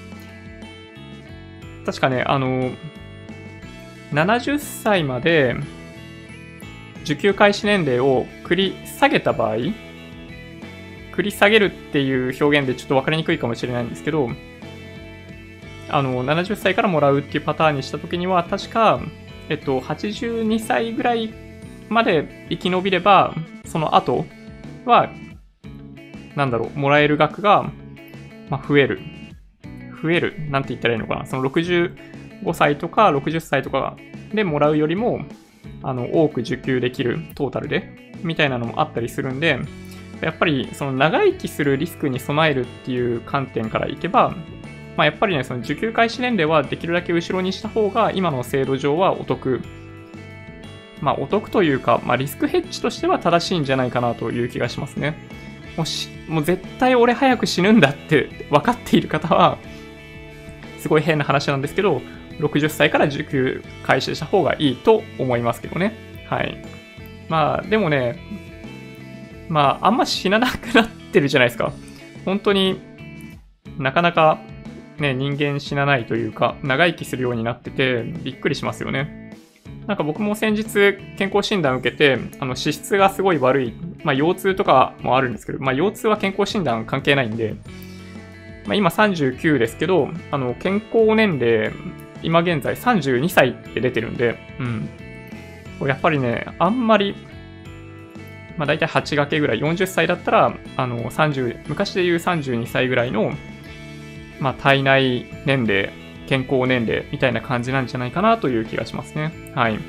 確かね、70歳まで受給開始年齢を繰り下げた場合、繰り下げるっていう表現でちょっと分かりにくいかもしれないんですけど、70歳からもらうっていうパターンにしたときには、確か、82歳ぐらいまで生き延びれば、その後は、もらえる額が、まあ、増える。なんて言ったらいいのかな。その65歳とか60歳とかでもらうよりも、多く受給できるトータルで、みたいなのもあったりするんで、やっぱりその長生きするリスクに備えるっていう観点からいけば、まあ、やっぱりね、その受給開始年齢はできるだけ後ろにした方が今の制度上はお得。まあお得というか、まあリスクヘッジとしては正しいんじゃないかなという気がしますね。もう絶対俺早く死ぬんだって分かっている方は、すごい変な話なんですけど、60歳から受給開始した方がいいと思いますけどね。はい。まあでもね、まああんま死ななくなってるじゃないですか。本当になかなかね、人間死なないというか、長生きするようになってて、びっくりしますよね。なんか僕も先日、健康診断を受けて、脂質がすごい悪い、まあ腰痛とかもあるんですけど、まあ腰痛は健康診断関係ないんで、まあ今39ですけど、健康年齢、今現在32歳って出てるんで、やっぱりね、あんまり、まあ大体8掛けぐらい、40歳だったら、昔で言う32歳ぐらいの、まあ、体内年齢健康年齢みたいな感じなんじゃないかなという気がしますね。はい。い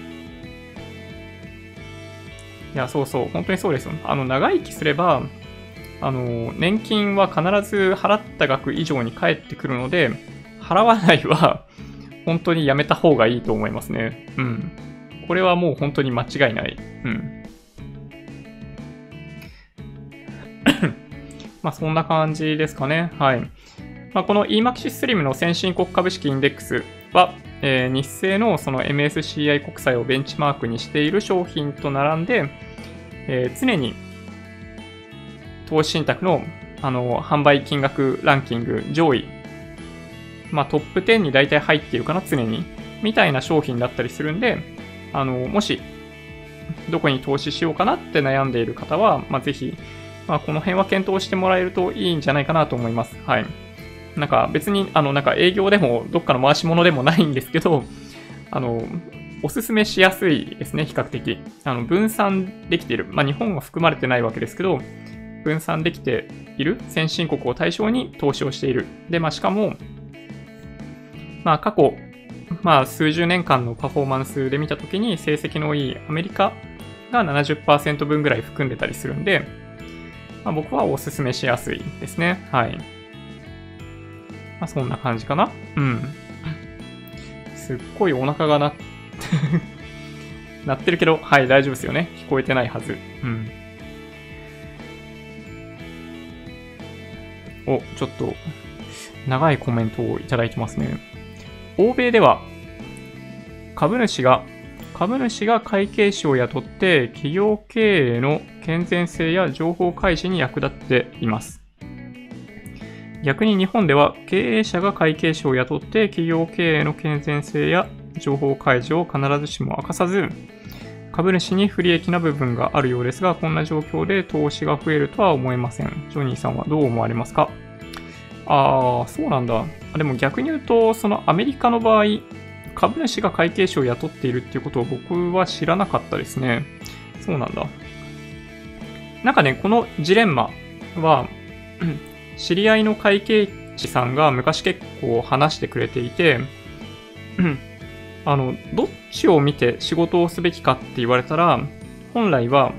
や、そうそう、本当にそうですよ。長生きすれば、年金は必ず払った額以上に返ってくるので、払わないは本当にやめた方がいいと思いますね。うん。これはもう本当に間違いない。うん。まあそんな感じですかね。はい。まあ、この EMAXIS Slim の先進国株式インデックスは、日清のその MSCI 国債をベンチマークにしている商品と並んで、常に投資信託の、販売金額ランキング上位、まあ、トップ10に大体入っているかな、常に。みたいな商品だったりするんで、もし、どこに投資しようかなって悩んでいる方は、まあ、ぜひ、まあ、この辺は検討してもらえるといいんじゃないかなと思います。はい。なんか別に、なんか営業でもどっかの回し物でもないんですけど、おすすめしやすいですね、比較的。分散できている。まあ、日本は含まれてないわけですけど、分散できている先進国を対象に投資をしている。で、まあ、しかも、まあ、過去、まあ、数十年間のパフォーマンスで見たときに成績のいいアメリカが 70% 分ぐらい含んでたりするんで、まあ、僕はおすすめしやすいですね。はい。まあ、そんな感じかな。うん。すっごいお腹が鳴ってるけど、はい、大丈夫ですよね。聞こえてないはず。うん。ちょっと、長いコメントをいただいてますね。欧米では、株主が会計士を雇って企業経営の健全性や情報開示に役立っています。逆に日本では経営者が会計士を雇って企業経営の健全性や情報開示を必ずしも明かさず、株主に不利益な部分があるようですが、こんな状況で投資が増えるとは思えません。ジョニーさんはどう思われますか？そうなんだ。でも逆に言うと、そのアメリカの場合、株主が会計士を雇っているっていうことを僕は知らなかったですね。そうなんだ。なんかね、このジレンマは、知り合いの会計士さんが昔結構話してくれていて、どっちを見て仕事をすべきかって言われたら、本来は、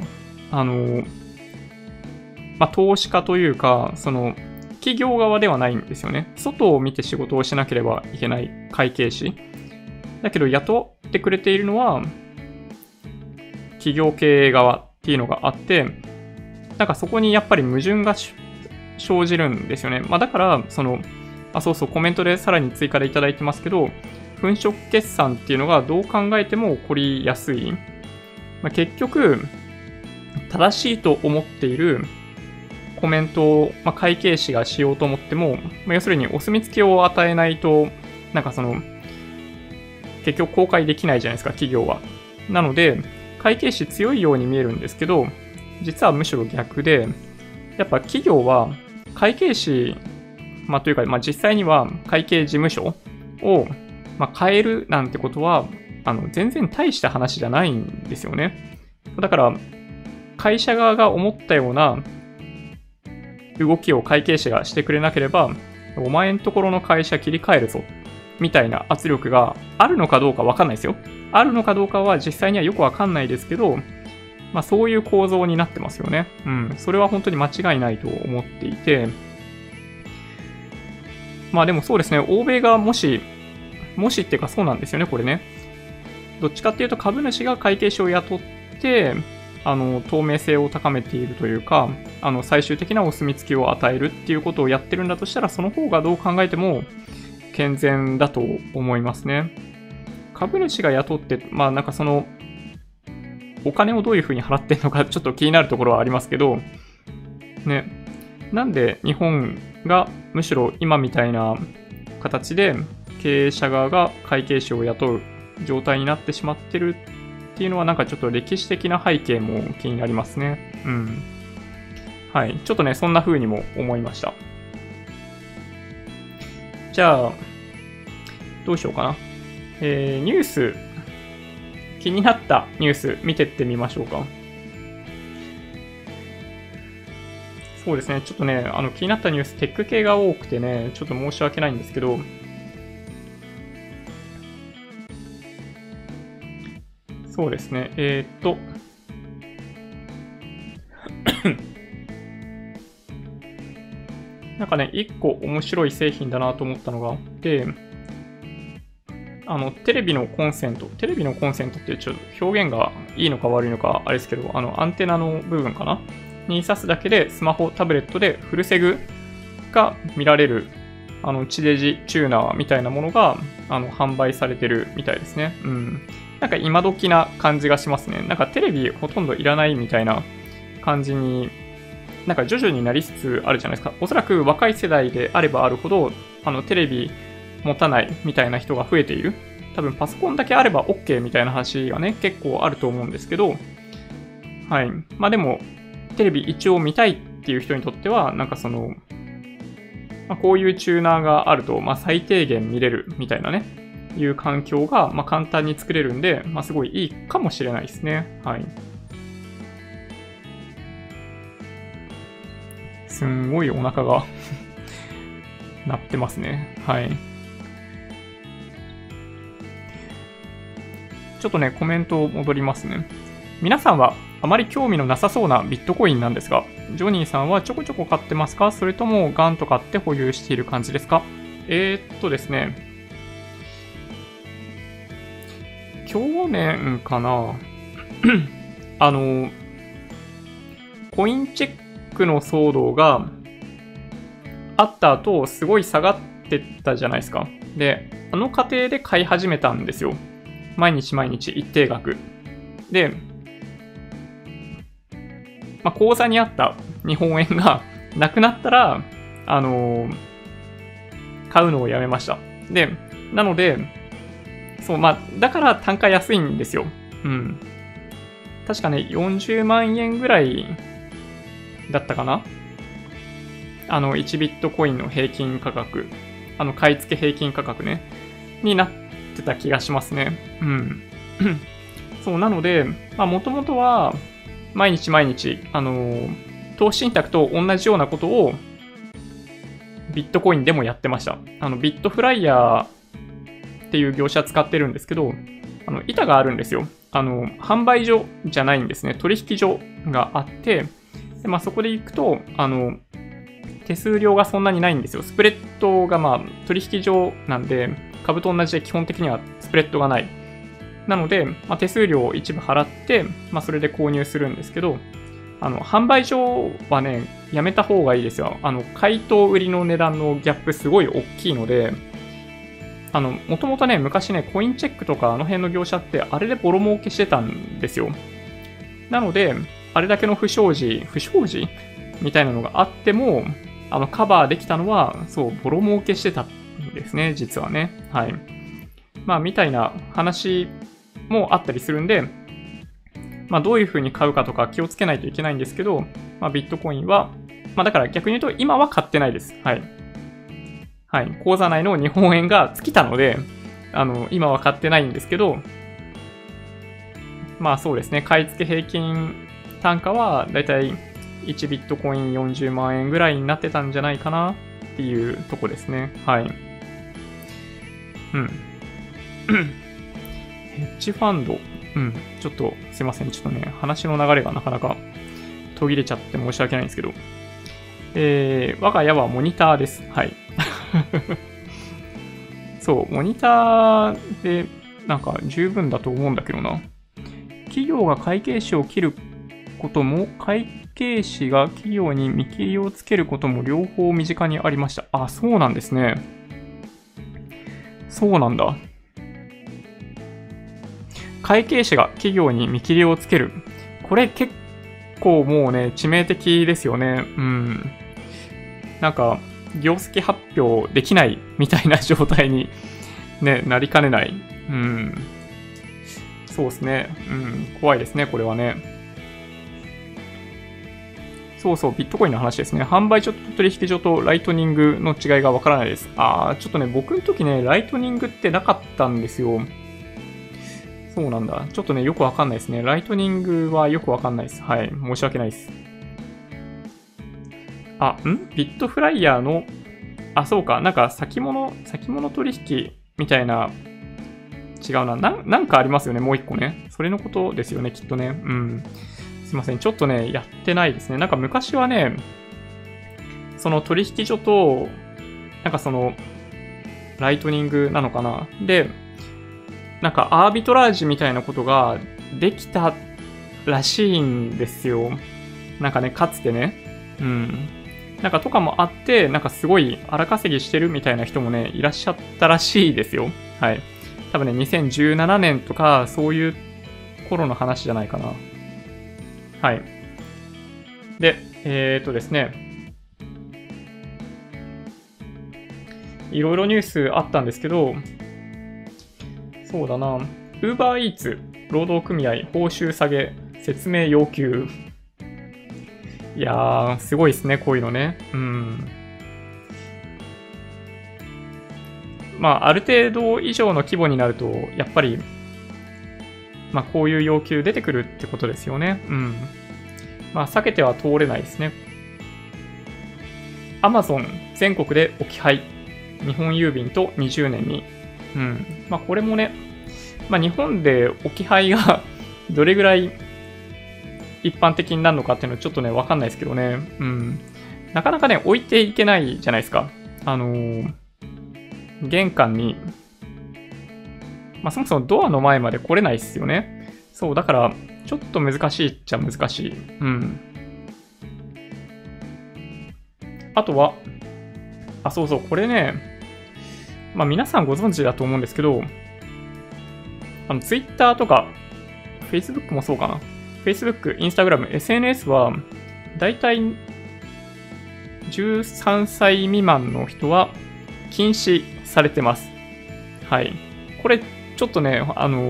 投資家というか、企業側ではないんですよね。外を見て仕事をしなければいけない会計士。だけど雇ってくれているのは、企業経営側っていうのがあって、なんかそこにやっぱり矛盾が生じるんですよね。まあだから、そうそう、コメントでさらに追加でいただいてますけど、粉飾決算っていうのがどう考えても起こりやすい。まあ、結局、正しいと思っているコメントを、会計士がしようと思っても、要するにお墨付きを与えないと、なんか結局公開できないじゃないですか、企業は。なので、会計士強いように見えるんですけど、実はむしろ逆で、やっぱ企業は会計士、というか、実際には会計事務所を、変えるなんてことは、全然大した話じゃないんですよね。だから、会社側が思ったような動きを会計士がしてくれなければ、お前んところの会社切り替えるぞ、みたいな圧力があるのかどうかわかんないですよ。あるのかどうかは実際にはよくわかんないですけど、そういう構造になってますよね。うん。それは本当に間違いないと思っていて、でもそうですね、欧米がもしっていうかそうなんですよね、これね。どっちかっていうと株主が会計士を雇って、透明性を高めているというか、最終的なお墨付きを与えるっていうことをやってるんだとしたら、その方がどう考えても健全だと思いますね。株主が雇って、なんかお金をどういう風に払ってるのかちょっと気になるところはありますけど、ね、なんで日本がむしろ今みたいな形で経営者側が会計士を雇う状態になってしまってるっていうのはなんかちょっと歴史的な背景も気になりますね。うん。はい。ちょっとね、そんな風にも思いました。じゃあ、どうしようかな。ニュース、気になったニュース見てってみましょうか。そうですね。ちょっとね、気になったニュース、テック系が多くてね、ちょっと申し訳ないんですけど、 そうですね。なんかね、一個面白い製品だなと思ったのがあって、テレビのコンセントってちょっと表現がいいのか悪いのかあれですけど、アンテナの部分かなに挿すだけでスマホ、タブレットでフルセグが見られる、地デジチューナーみたいなものが、販売されてるみたいですね。うん。なんか今時な感じがしますね。なんかテレビほとんどいらないみたいな感じに、なんか徐々になりつつあるじゃないですか。おそらく若い世代であればあるほど、テレビ持たないみたいな人が増えている。多分パソコンだけあれば OK みたいな話がね、結構あると思うんですけど、はい。まあでも、テレビ一応見たいっていう人にとっては、なんかこういうチューナーがあると、最低限見れるみたいなね、いう環境が、簡単に作れるんで、すごいいいかもしれないですね。はい。すんごいお腹が鳴ってますね。はい。ちょっとね、コメント戻りますね。皆さんはあまり興味のなさそうなビットコインなんですが、ジョニーさんはちょこちょこ買ってますか？それともガンと買って保有している感じですか？ですね。去年かなコインチェックの騒動があった後、すごい下がってたじゃないですか。で、過程で買い始めたんですよ。毎日一定額。で、口座にあった日本円がなくなったら、買うのをやめました。で、なので、そう、だから単価安いんですよ。うん。確かね、40万円ぐらいだったかな1ビットコインの平均価格、買い付け平均価格ね、になってた気がしますね。うん。そう、なので、もともとは、毎日、投資信託と同じようなことを、ビットコインでもやってました。ビットフライヤーっていう業者使ってるんですけど、板があるんですよ。販売所じゃないんですね。取引所があって、でそこで行くと、手数料がそんなにないんですよ。スプレッドが取引所なんで、株と同じで基本的にはスプレッドがない。なので、手数料を一部払って、それで購入するんですけど、販売所はね、やめた方がいいですよ。買いと売りの値段のギャップすごい大きいので、もともとね、昔ね、コインチェックとかあの辺の業者って、あれでボロ儲けしてたんですよ。なので、あれだけの不祥事みたいなのがあっても、カバーできたのは、そう、ボロ儲けしてたんですね、実はね。はい。みたいな話もあったりするんで、どういう風に買うかとか気をつけないといけないんですけど、ビットコインは、だから逆に言うと今は買ってないです。はい。はい。口座内の日本円が尽きたので、今は買ってないんですけど、そうですね。買い付け平均単価はだいたい1ビットコイン40万円ぐらいになってたんじゃないかなっていうとこですね。はい。うん。ヘッジファンド。ちょっとすいません。ちょっとね、話の流れがなかなか途切れちゃって申し訳ないんですけど。我が家はモニターです。はい。そう、モニターでなんか十分だと思うんだけどな。企業が会計士を切ることも、会計士が企業に見切りをつけることも両方身近にありました。あ、そうなんですね。そうなんだ。会計士が企業に見切りをつける。これ結構もうね、致命的ですよね。なんか、業績発表できないみたいな状態に、ね、なりかねない。そうですね。怖いですね、これはね。そうそう、ビットコインの話ですね。販売所と取引所とライトニングの違いがわからないです。ちょっとね、僕の時ね、ライトニングってなかったんですよ。そうなんだ。ちょっとね、よくわかんないですね。ライトニングはよくわかんないです。はい。申し訳ないです。ビットフライヤーの、そうか。なんか先物取引みたいな違うな。なんかありますよね、もう一個ね。それのことですよね、きっとね。うん。すいません、ちょっとね、やってないですね。なんか昔はね、その取引所と、なんかその、ライトニングなのかな。で、なんかアービトラージみたいなことができたらしいんですよ。なんかね、かつてね。うん。なんかとかもあって、なんかすごい荒稼ぎしてるみたいな人もね、いらっしゃったらしいですよ。はい。多分ね、2017年とか、そういう頃の話じゃないかな。はい。で、ですね。いろいろニュースあったんですけど、そうだな。Uber Eats 労働組合報酬下げ説明要求。いやー、すごいですね、こういうのね。うん。まあ、ある程度以上の規模になると、やっぱり、まあ、こういう要求出てくるってことですよね。うん。まあ、避けては通れないですね。Amazon 全国で置き配。日本郵便と20年に。うん。まあ、これもね、まあ、日本で置き配がどれぐらい一般的になるのかっていうのはちょっとね、わかんないですけどね。うん。なかなかね、置いていけないじゃないですか。玄関に、まあ、そもそもドアの前まで来れないっすよね。そう、だから、ちょっと難しいっちゃ難しい。うん。あとは、そうそう、これね、まあ皆さんご存知だと思うんですけど、Twitter とか、Facebook もそうかな。Facebook、Instagram、SNS は、だいたい13歳未満の人は禁止されてます。はい。これ、ちょっとね、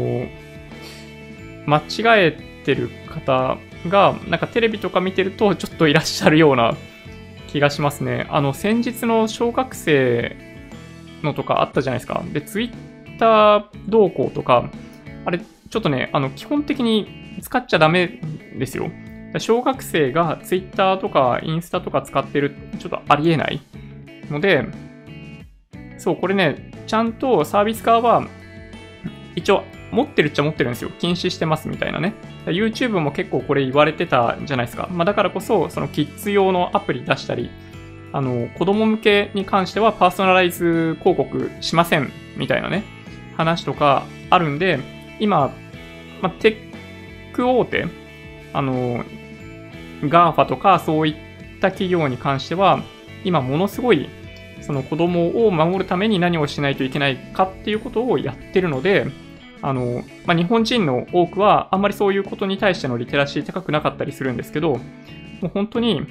間違えてる方が、なんかテレビとか見てると、ちょっといらっしゃるような気がしますね。先日の小学生のとかあったじゃないですか。で、ツイッター動向とか、あれ、ちょっとね、基本的に使っちゃダメですよ。小学生がツイッターとかインスタとか使ってる、ちょっとありえないので、そう、これね、ちゃんとサービス側は、一応、持ってるっちゃ持ってるんですよ。禁止してますみたいなね。YouTube も結構これ言われてたじゃないですか。まあ、だからこそ、そのキッズ用のアプリ出したり、子供向けに関してはパーソナライズ広告しませんみたいなね、話とかあるんで、今、まあ、テック大手、GAFA とかそういった企業に関しては、今ものすごい、その子供を守るために何をしないといけないかっていうことをやってるので、まあ、日本人の多くはあんまりそういうことに対してのリテラシー高くなかったりするんですけど、もう本当に、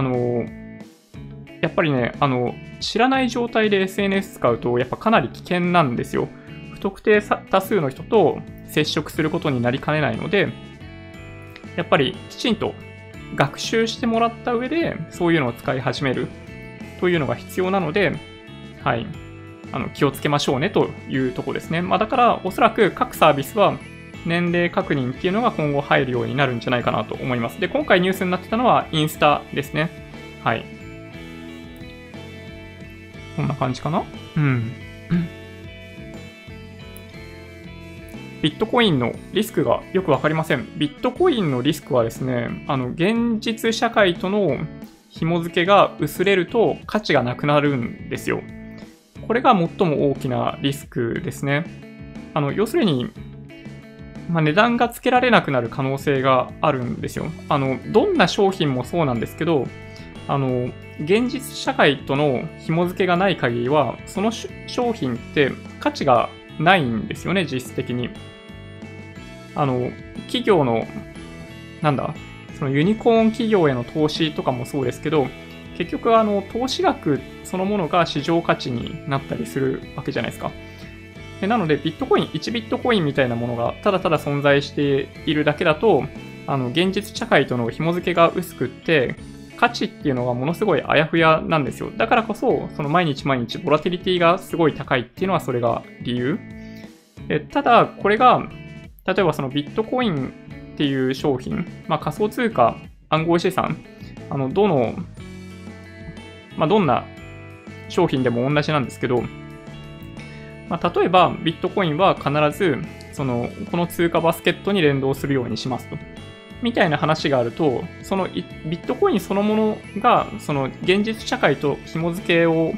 やっぱりね、知らない状態で SNS 使うと、やっぱかなり危険なんですよ。不特定多数の人と接触することになりかねないので、やっぱりきちんと学習してもらった上で、そういうのを使い始めるというのが必要なので、はい。気をつけましょうねというところですね。まあ、だから、おそらく各サービスは年齢確認っていうのが今後入るようになるんじゃないかなと思います。で、今回ニュースになってたのはインスタですね。はい。こんな感じかな？うん。ビットコインのリスクがよくわかりません。ビットコインのリスクはですね、現実社会との紐付けが薄れると価値がなくなるんですよ。これが最も大きなリスクですね。要するに、まあ、値段がつけられなくなる可能性があるんですよ。どんな商品もそうなんですけど、現実社会との紐付けがない限りは、その商品って価値がないんですよね、実質的に。企業の、そのユニコーン企業への投資とかもそうですけど、結局投資額そのものが市場価値になったりするわけじゃないですか。なので、ビットコイン、1ビットコインみたいなものがただただ存在しているだけだと、現実社会との紐付けが薄くって、価値っていうのがものすごいあやふやなんですよ。だからこそ、その毎日毎日ボラティリティがすごい高いっていうのはそれが理由。ただ、これが、例えばそのビットコインっていう商品、まあ仮想通貨、暗号資産、どんな商品でも同じなんですけど、 例えばビットコインは必ずこの通貨バスケットに連動するようにしますと。みたいな話があると、そのビットコインそのものが、その現実社会と紐付けを、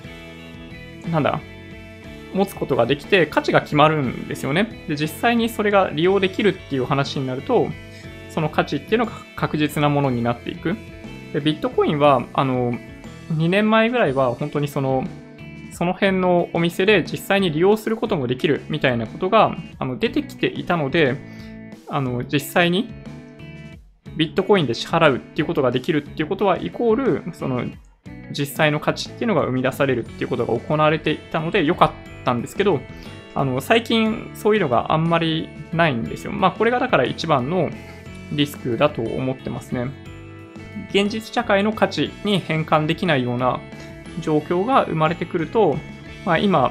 持つことができて価値が決まるんですよね。で、実際にそれが利用できるっていう話になると、その価値っていうのが確実なものになっていく。で、ビットコインは、2年前ぐらいは本当にその辺のお店で実際に利用することもできるみたいなことが出てきていたので、実際にビットコインで支払うっていうことができるっていうことはイコール、その実際の価値っていうのが生み出されるっていうことが行われていたので良かったんですけど、最近そういうのがあんまりないんですよ。これがだから一番のリスクだと思ってますね。現実社会の価値に変換できないような状況が生まれてくると、今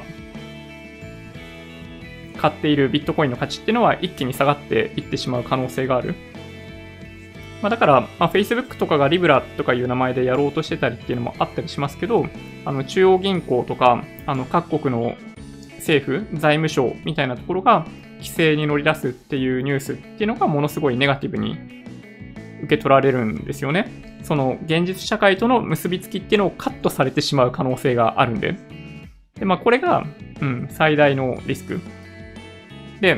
買っているビットコインの価値っていうのは一気に下がっていってしまう可能性がある。だから、Facebook とかがリブラとかいう名前でやろうとしてたりっていうのもあったりしますけど、中央銀行とか、各国の政府、財務省みたいなところが規制に乗り出すっていうニュースっていうのがものすごいネガティブに受け取られるんですよね。その現実社会との結びつきっていうのをカットされてしまう可能性があるんで。で、これが、最大のリスク。で、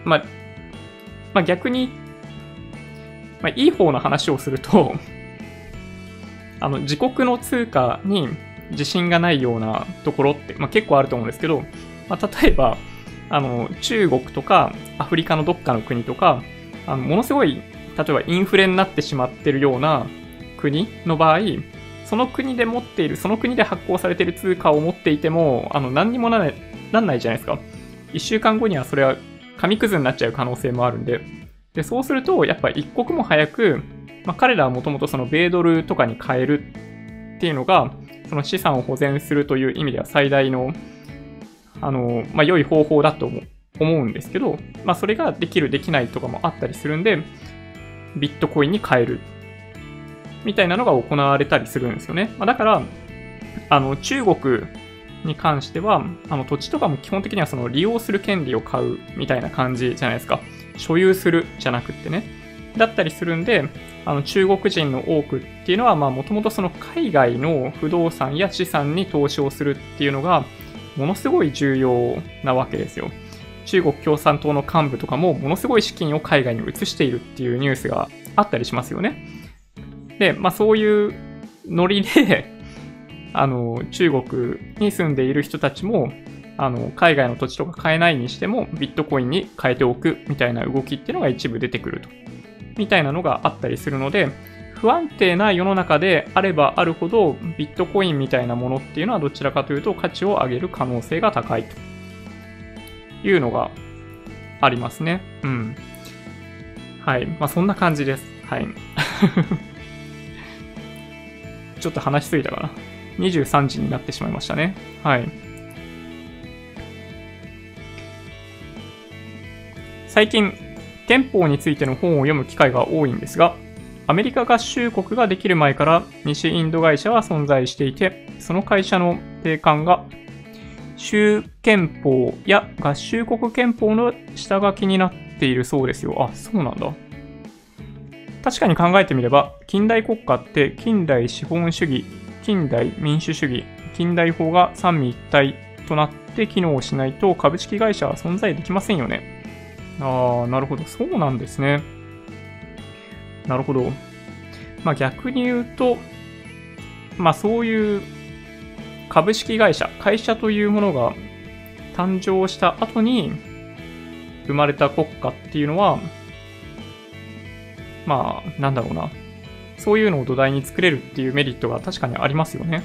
逆に、いい方の話をすると、自国の通貨に自信がないようなところって、結構あると思うんですけど、例えば、中国とかアフリカのどっかの国とか、ものすごい、例えばインフレになってしまってるような国の場合、その国で持っている、その国で発行されている通貨を持っていても、何にもなんないじゃないですか。1週間後にはそれは紙くずになっちゃう可能性もあるんで。で、そうすると、やっぱり一刻も早く、彼らはもともとその米ドルとかに変えるっていうのが、その資産を保全するという意味では最大の、良い方法だと思うんですけど、それができる、できないとかもあったりするんで、ビットコインに変える。みたいなのが行われたりするんですよね。だから、中国に関しては、土地とかも基本的にはその利用する権利を買うみたいな感じじゃないですか。所有するじゃなくってね。だったりするんで、中国人の多くっていうのは、もともとその海外の不動産や資産に投資をするっていうのが、ものすごい重要なわけですよ。中国共産党の幹部とかも、ものすごい資金を海外に移しているっていうニュースがあったりしますよね。で、そういうノリで、中国に住んでいる人たちも、海外の土地とか買えないにしても、ビットコインに変えておくみたいな動きっていうのが一部出てくると。みたいなのがあったりするので、不安定な世の中であればあるほど、ビットコインみたいなものっていうのはどちらかというと価値を上げる可能性が高いというのがありますね。はい。そんな感じです。はい。ちょっと話しすぎたかな。23時になってしまいましたね。はい。最近、憲法についての本を読む機会が多いんですが、アメリカ合衆国ができる前から西インド会社は存在していて、その会社の定款が州憲法や合衆国憲法の下書きになっているそうですよ。あ、そうなんだ。確かに考えてみれば、近代国家って近代資本主義、近代民主主義、近代法が三位一体となって機能しないと株式会社は存在できませんよね。なるほど。そうなんですね。なるほど。逆に言うと、そういう株式会社、会社というものが誕生した後に生まれた国家っていうのは、そういうのを土台に作れるっていうメリットが確かにありますよね。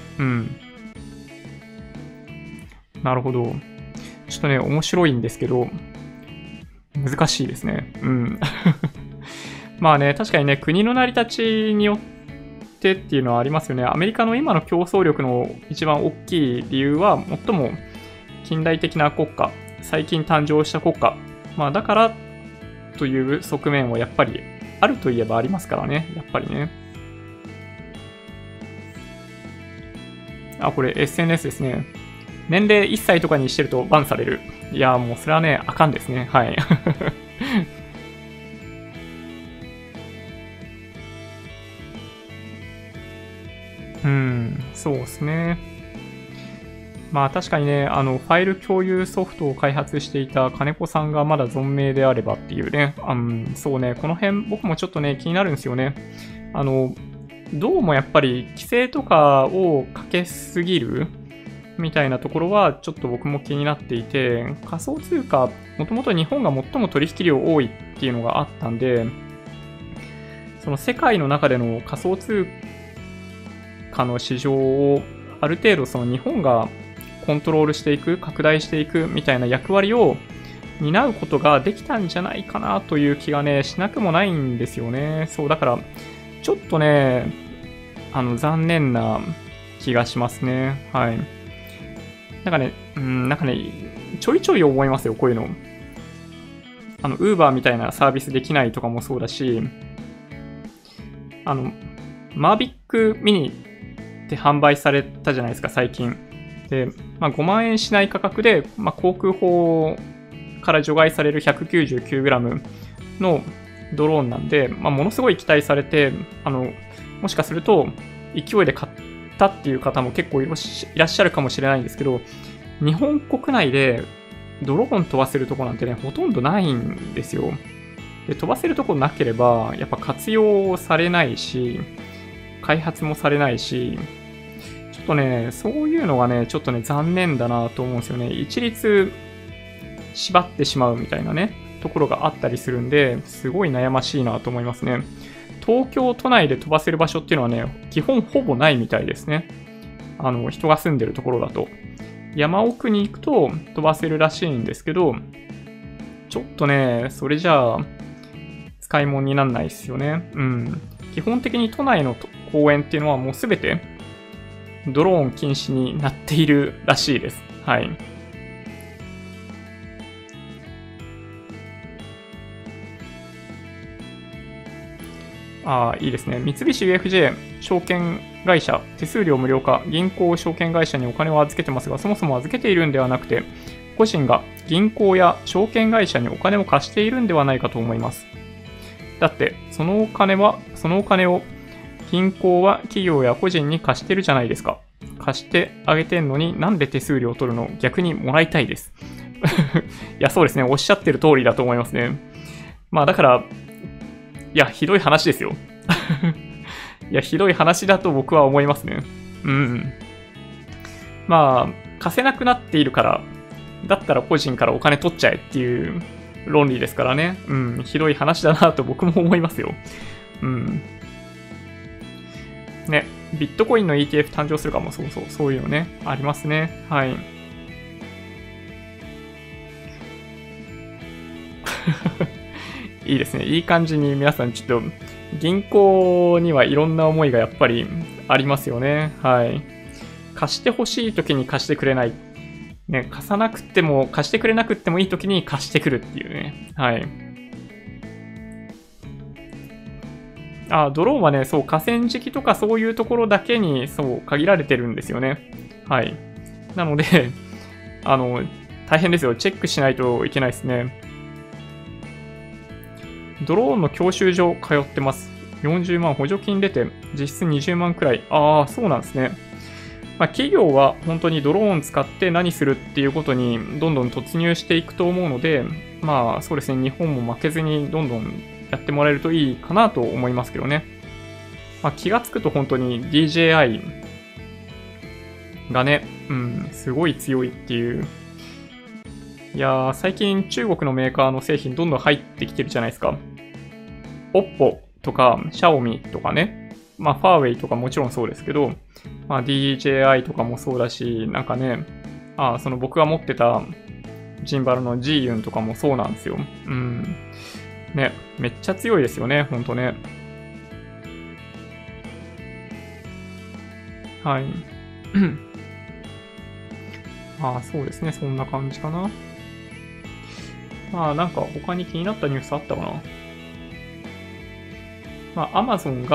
なるほど。ちょっとね、面白いんですけど、難しいですね。確かにね、国の成り立ちによってっていうのはありますよね。アメリカの今の競争力の一番大きい理由は、最も近代的な国家、最近誕生した国家、だからという側面はやっぱりあるといえばありますからね。やっぱりね。これ SNS ですね。 年齢1歳とかにしてるとバンされる。いや、もうそれはね、あかんですね。はい。そうですね。まあ確かにね、ファイル共有ソフトを開発していた金子さんがまだ存命であればっていうね、そうね、この辺僕もちょっとね、気になるんですよね。どうもやっぱり規制とかをかけすぎるみたいなところはちょっと僕も気になっていて、仮想通貨、もともと日本が最も取引量多いっていうのがあったんで、その世界の中での仮想通貨の市場をある程度その日本がコントロールしていく、拡大していくみたいな役割を担うことができたんじゃないかなという気がね、しなくもないんですよね。そう、だから、ちょっとね、残念な気がしますね。はい。なんかね、ちょいちょい思いますよ、こういうの。Uber みたいなサービスできないとかもそうだし、マービックミニって販売されたじゃないですか、最近。で、5万円しない価格で、航空法から除外される 199g のドローンなんで、ものすごい期待されて、もしかすると勢いで買ったっていう方も結構いらっしゃるかもしれないんですけど、日本国内でドローン飛ばせるとこなんてね、ほとんどないんですよ。で、飛ばせるとこなければ、やっぱ活用されないし、開発もされないし、ちょっとね、そういうのがね、ちょっとね、残念だなと思うんですよね。一律縛ってしまうみたいなね、ところがあったりするんで、すごい悩ましいなと思いますね。東京都内で飛ばせる場所っていうのはね、基本ほぼないみたいですね。人が住んでるところだと。山奥に行くと飛ばせるらしいんですけど、ちょっとね、それじゃあ、使い物にならないですよね。基本的に都内の公園っていうのはもうすべてドローン禁止になっているらしいです。はい。いいですね。三菱 UFJ 証券会社、手数料無料化、銀行証券会社にお金を預けてますが、そもそも預けているんではなくて、個人が銀行や証券会社にお金を貸しているんではないかと思います。だって、そのお金を銀行は企業や個人に貸してるじゃないですか。貸してあげてんのになんで手数料を取るの？逆にもらいたいです。いや、そうですね。おっしゃってる通りだと思いますね。だから、いや、ひどい話ですよ。いや、ひどい話だと僕は思いますね。貸せなくなっているから、だったら個人からお金取っちゃえっていう論理ですからね。ひどい話だなと僕も思いますよ。ね、ビットコインの ETF 誕生するかも、そういうのね、ありますね。はい。いいですね。いい感じに皆さんちょっと銀行にはいろんな思いがやっぱりありますよね。はい。貸してほしい時に貸してくれない。ね、貸してくれなくってもいい時に貸してくるっていうね。はい。ドローンはね、そう、河川敷とかそういうところだけに、そう、限られてるんですよね。はい。なので、大変ですよ。チェックしないといけないですね。ドローンの教習所通ってます。40万補助金出て、実質20万くらい。そうなんですね。企業は本当にドローン使って何するっていうことにどんどん突入していくと思うので、そうですね、日本も負けずにどんどんやってもらえるといいかなと思いますけどね。気がつくと本当に DJI がね、すごい強いっていう。いやー、最近中国のメーカーの製品どんどん入ってきてるじゃないですか。Oppo とか Xiaomi とかね。ファーウェイとかもちろんそうですけど、DJI とかもそうだし、なんかね、その僕が持ってたジンバルの G ユンとかもそうなんですよ。ね、めっちゃ強いですよね、ほんとね。はい。そうですね、そんな感じかな。なんか他に気になったニュースあったかな。Amazon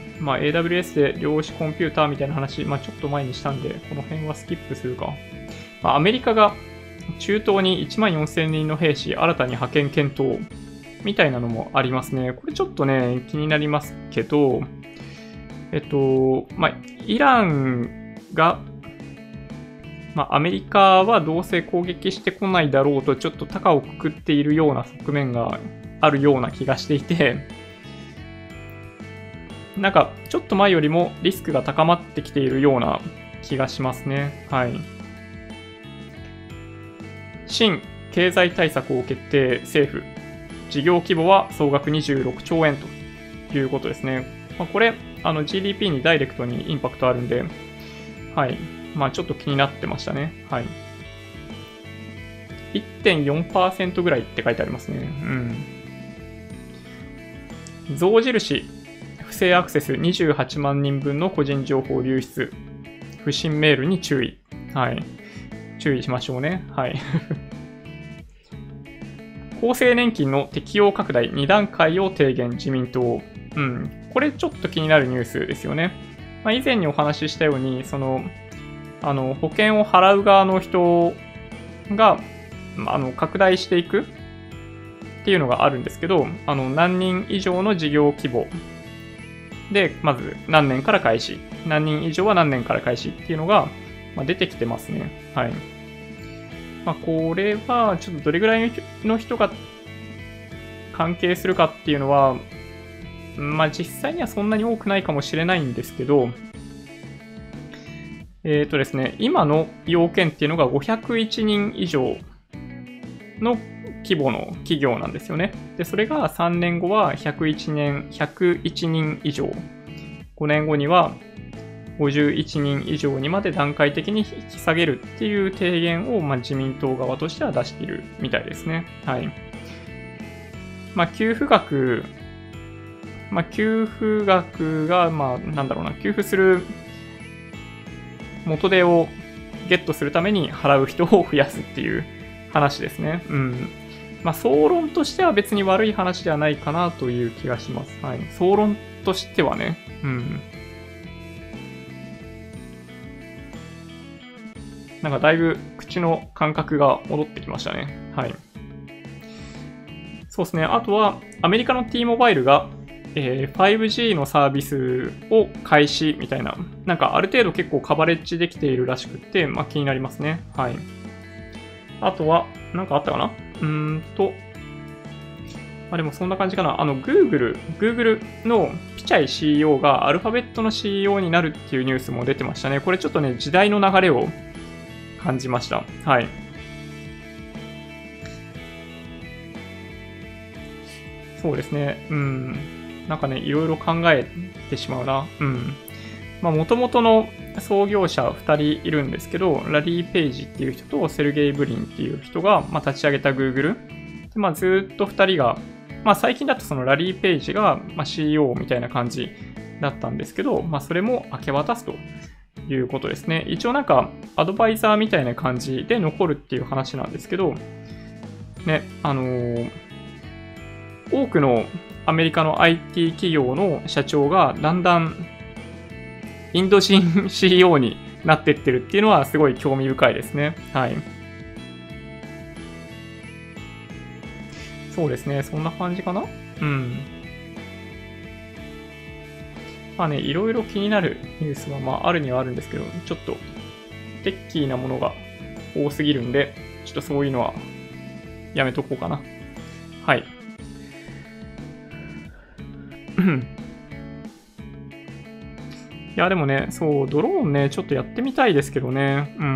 が、AWS で量子コンピューターみたいな話、ちょっと前にしたんで、この辺はスキップするか。 まあ、アメリカが中東に1万4000人の兵士新たに派遣検討みたいなのもありますね。これちょっとね、気になりますけど、まあ、イランが、まあ、アメリカはどうせ攻撃してこないだろうとちょっと高をくくっているような側面があるような気がしていて、なんかちょっと前よりもリスクが高まってきているような気がしますね。はい。新経済対策を決定政府。事業規模は総額26兆円ということですね。まあ、これ、GDP にダイレクトにインパクトあるんで、はい。まあちょっと気になってましたね。はい。1.4% ぐらいって書いてありますね。うん。象印、不正アクセス28万人分の個人情報流出。不審メールに注意。はい。注意しましょうね。はい。厚生年金の適用拡大2段階を提言、自民党。うん。これちょっと気になるニュースですよね。まあ、以前にお話ししたように、保険を払う側の人が、拡大していくっていうのがあるんですけど、何人以上の事業規模で、まず何年から開始、何人以上は何年から開始っていうのが、出てきてますね。はい。まあ、これは、ちょっとどれぐらいの人が関係するかっていうのは、まあ、実際にはそんなに多くないかもしれないんですけど、ですね、今の要件っていうのが501人以上の規模の企業なんですよね。で、それが3年後は101人以上。5年後には51人以上にまで段階的に引き下げるっていう提言を、自民党側としては出しているみたいですね。はい。給付額、給付額が、給付する元手をゲットするために払う人を増やすっていう話ですね。うん。総論としては別に悪い話ではないかなという気がします。はい。総論としてはね。うん。なんかだいぶ口の感覚が戻ってきましたね。はい。そうですね。あとは、アメリカの T モバイルが、5G のサービスを開始みたいな、なんかある程度結構カバレッジできているらしくって、気になりますね。はい。あとは、なんかあったかなでもそんな感じかな。Google のピチャイ CEO がアルファベットの CEO になるっていうニュースも出てましたね。これちょっとね、時代の流れを感じました。はい。そうですね。うん。なんかね、いろいろ考えてしまうな。うん。元々の創業者2人いるんですけど、ラリー・ペイジっていう人とセルゲイ・ブリンっていう人が、立ち上げた Google。でずっと2人が、最近だとそのラリー・ペイジが、CEO みたいな感じだったんですけど、それも明け渡すということですね。一応なんか、アドバイザーみたいな感じで残るっていう話なんですけど、ね、多くのアメリカの IT 企業の社長がだんだんインド人 CEO になってってるっていうのはすごい興味深いですね。はい。そうですね。そんな感じかな？うん。いろいろ気になるニュースはあるにはあるんですけど、ちょっとテッキーなものが多すぎるんで、ちょっとそういうのはやめとこうかな。はい。いや、でもね、そう、ドローンね、ちょっとやってみたいですけどね。うん。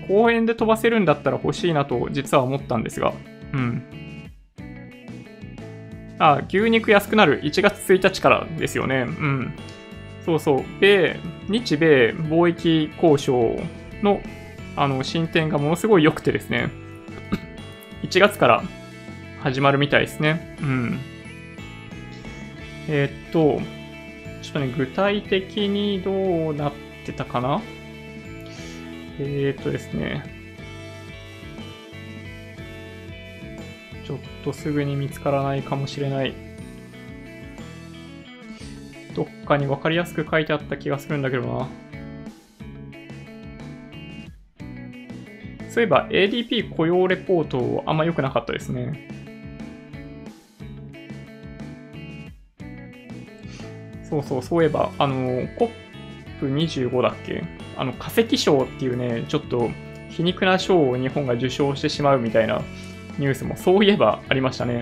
公園で飛ばせるんだったら欲しいなと、実は思ったんですが。うん。牛肉安くなる1月1日からですよね。うん。そうそう。日米貿易交渉の、進展がものすごい良くてですね。1月から始まるみたいですね。うん。ちょっとね、具体的にどうなってたかな？ですね。ちょっとすぐに見つからないかもしれない。どっかに分かりやすく書いてあった気がするんだけどな。 そういえば ADP 雇用レポートあんま良くなかったですね。そういえば、COP25 だっけ？化石賞っていうね、ちょっと皮肉な賞を日本が受賞してしまうみたいなニュースもそういえばありましたね。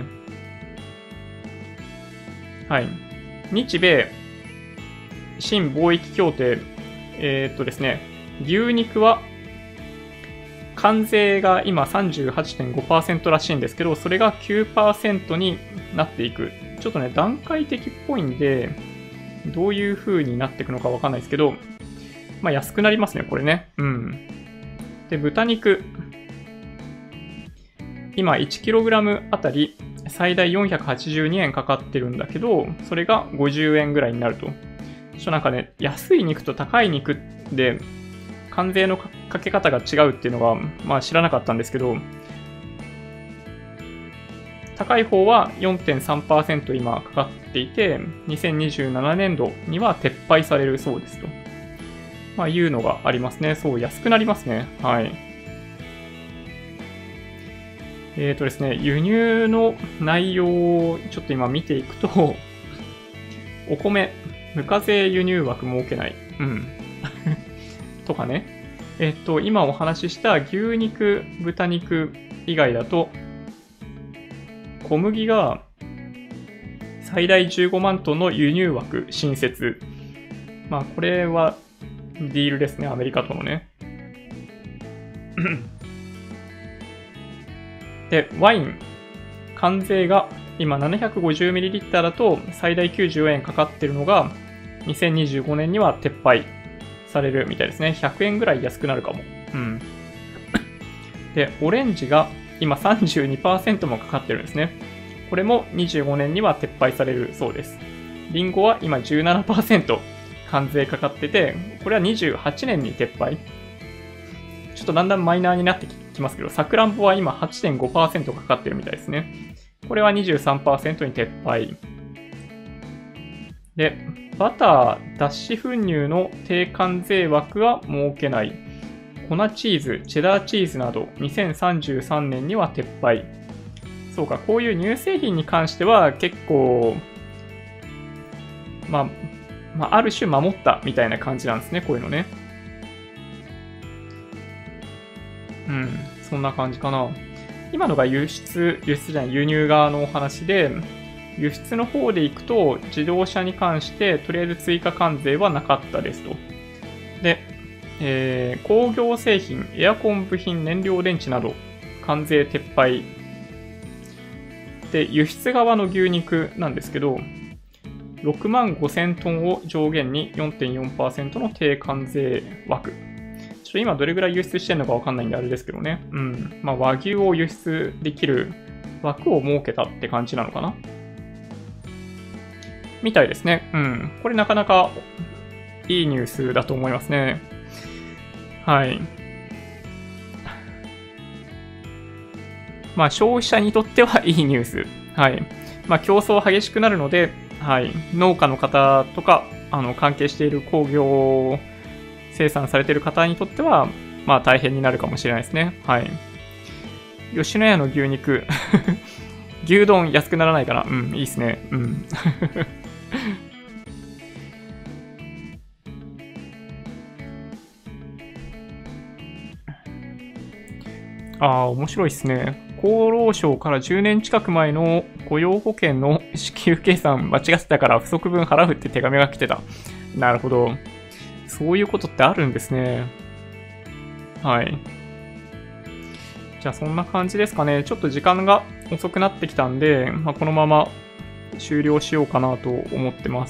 はい。日米新貿易協定、ですね、牛肉は関税が今 38.5% らしいんですけど、それが 9% になっていく。ちょっとね、段階的っぽいんで、どういう風になっていくのかわかんないですけど、まあ安くなりますね、これね。うん。で、豚肉。今 1kg あたり最大482円かかってるんだけど、それが50円ぐらいになると。なんかね、安い肉と高い肉で関税のかけ方が違うっていうのが、まあ知らなかったんですけど、高い方は 4.3% 今かかっていて、2027年度には撤廃されるそうですと。まあいうのがありますね。そう、安くなりますね。はい。ですね、輸入の内容をちょっと今見ていくと、お米、無課税輸入枠設けない。うん。とかね。今お話しした牛肉、豚肉以外だと、小麦が最大15万トンの輸入枠新設。まあ、これはディールですね、アメリカとのね。で、ワイン、関税が今 750ml だと最大94円かかってるのが、2025年には撤廃されるみたいですね。100円ぐらい安くなるかも。うん。で、オレンジが今 32% もかかってるんですね。これも25年には撤廃されるそうです。リンゴは今 17% 関税かかってて、これは28年に撤廃。ちょっとだんだんマイナーになってきますけど、さくらんぼは今 8.5% かかってるみたいですね。これは 23% に撤廃。で、バター、脱脂粉乳の低関税枠は設けない。粉チーズ、チェダーチーズなど2033年には撤廃。そうか、こういう乳製品に関しては結構、まあ、ある種守ったみたいな感じなんですね、こういうのね。うん、そんな感じかな。今のが輸出じゃない、輸入側のお話で、輸出の方でいくと、自動車に関してとりあえず追加関税はなかったですと。で、工業製品、エアコン部品、燃料電池など、関税撤廃。で、輸出側の牛肉なんですけど、6万5000トンを上限に 4.4% の低関税枠。ちょっと今どれぐらい輸出してるのかわかんないんであれですけどね。うん。まあ和牛を輸出できる枠を設けたって感じなのかなみたいですね。うん。これなかなかいいニュースだと思いますね。はい。まあ消費者にとってはいいニュース。はい。まあ競争激しくなるので、はい。農家の方とか、関係している工業生産されている方にとっては、まあ大変になるかもしれないですね。はい。吉野家の牛肉。牛丼安くならないかな。うん、いいですね。うん。面白いですね。厚労省から10年近く前の雇用保険の支給計算間違ってたから不足分払うって手紙が来てた。なるほど。そういうことってあるんですね。はい。じゃあそんな感じですかね。ちょっと時間が遅くなってきたんで、まあ、このまま終了しようかなと思ってます。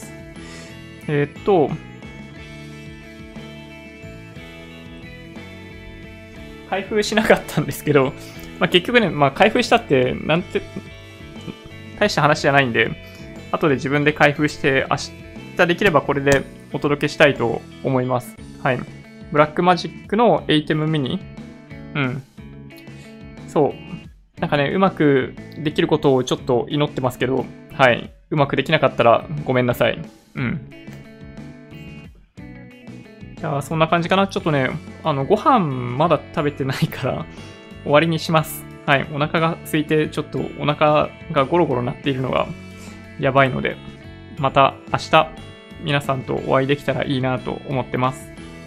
開封しなかったんですけど、まあ、結局ね、まあ、開封したってなんて大した話じゃないんで、後で自分で開封して明日できればこれでお届けしたいと思います。はい。ブラックマジックのエイテムミニ。うん。そう。なんかね、うまくできることをちょっと祈ってますけど、はい。うまくできなかったらごめんなさい。うん。 じゃあ、そんな感じかな。ちょっとね、ご飯まだ食べてないから終わりにします。はい。お腹が空いて、ちょっとお腹がゴロゴロ鳴っているのがやばいので、また明日皆さんとお会いできたらいいなと思ってます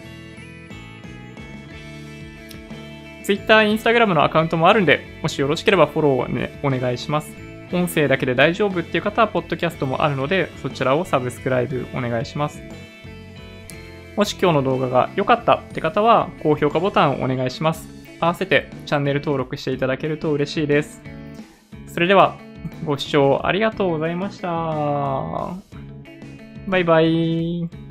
。Twitter、Instagram のアカウントもあるんで、もしよろしければフォローをね、お願いします。音声だけで大丈夫っていう方は、ポッドキャストもあるので、そちらをサブスクライブお願いします。もし今日の動画が良かったって方は、高評価ボタンをお願いします。合わせてチャンネル登録していただけると嬉しいです。それでは、ご視聴ありがとうございました。バイバイ。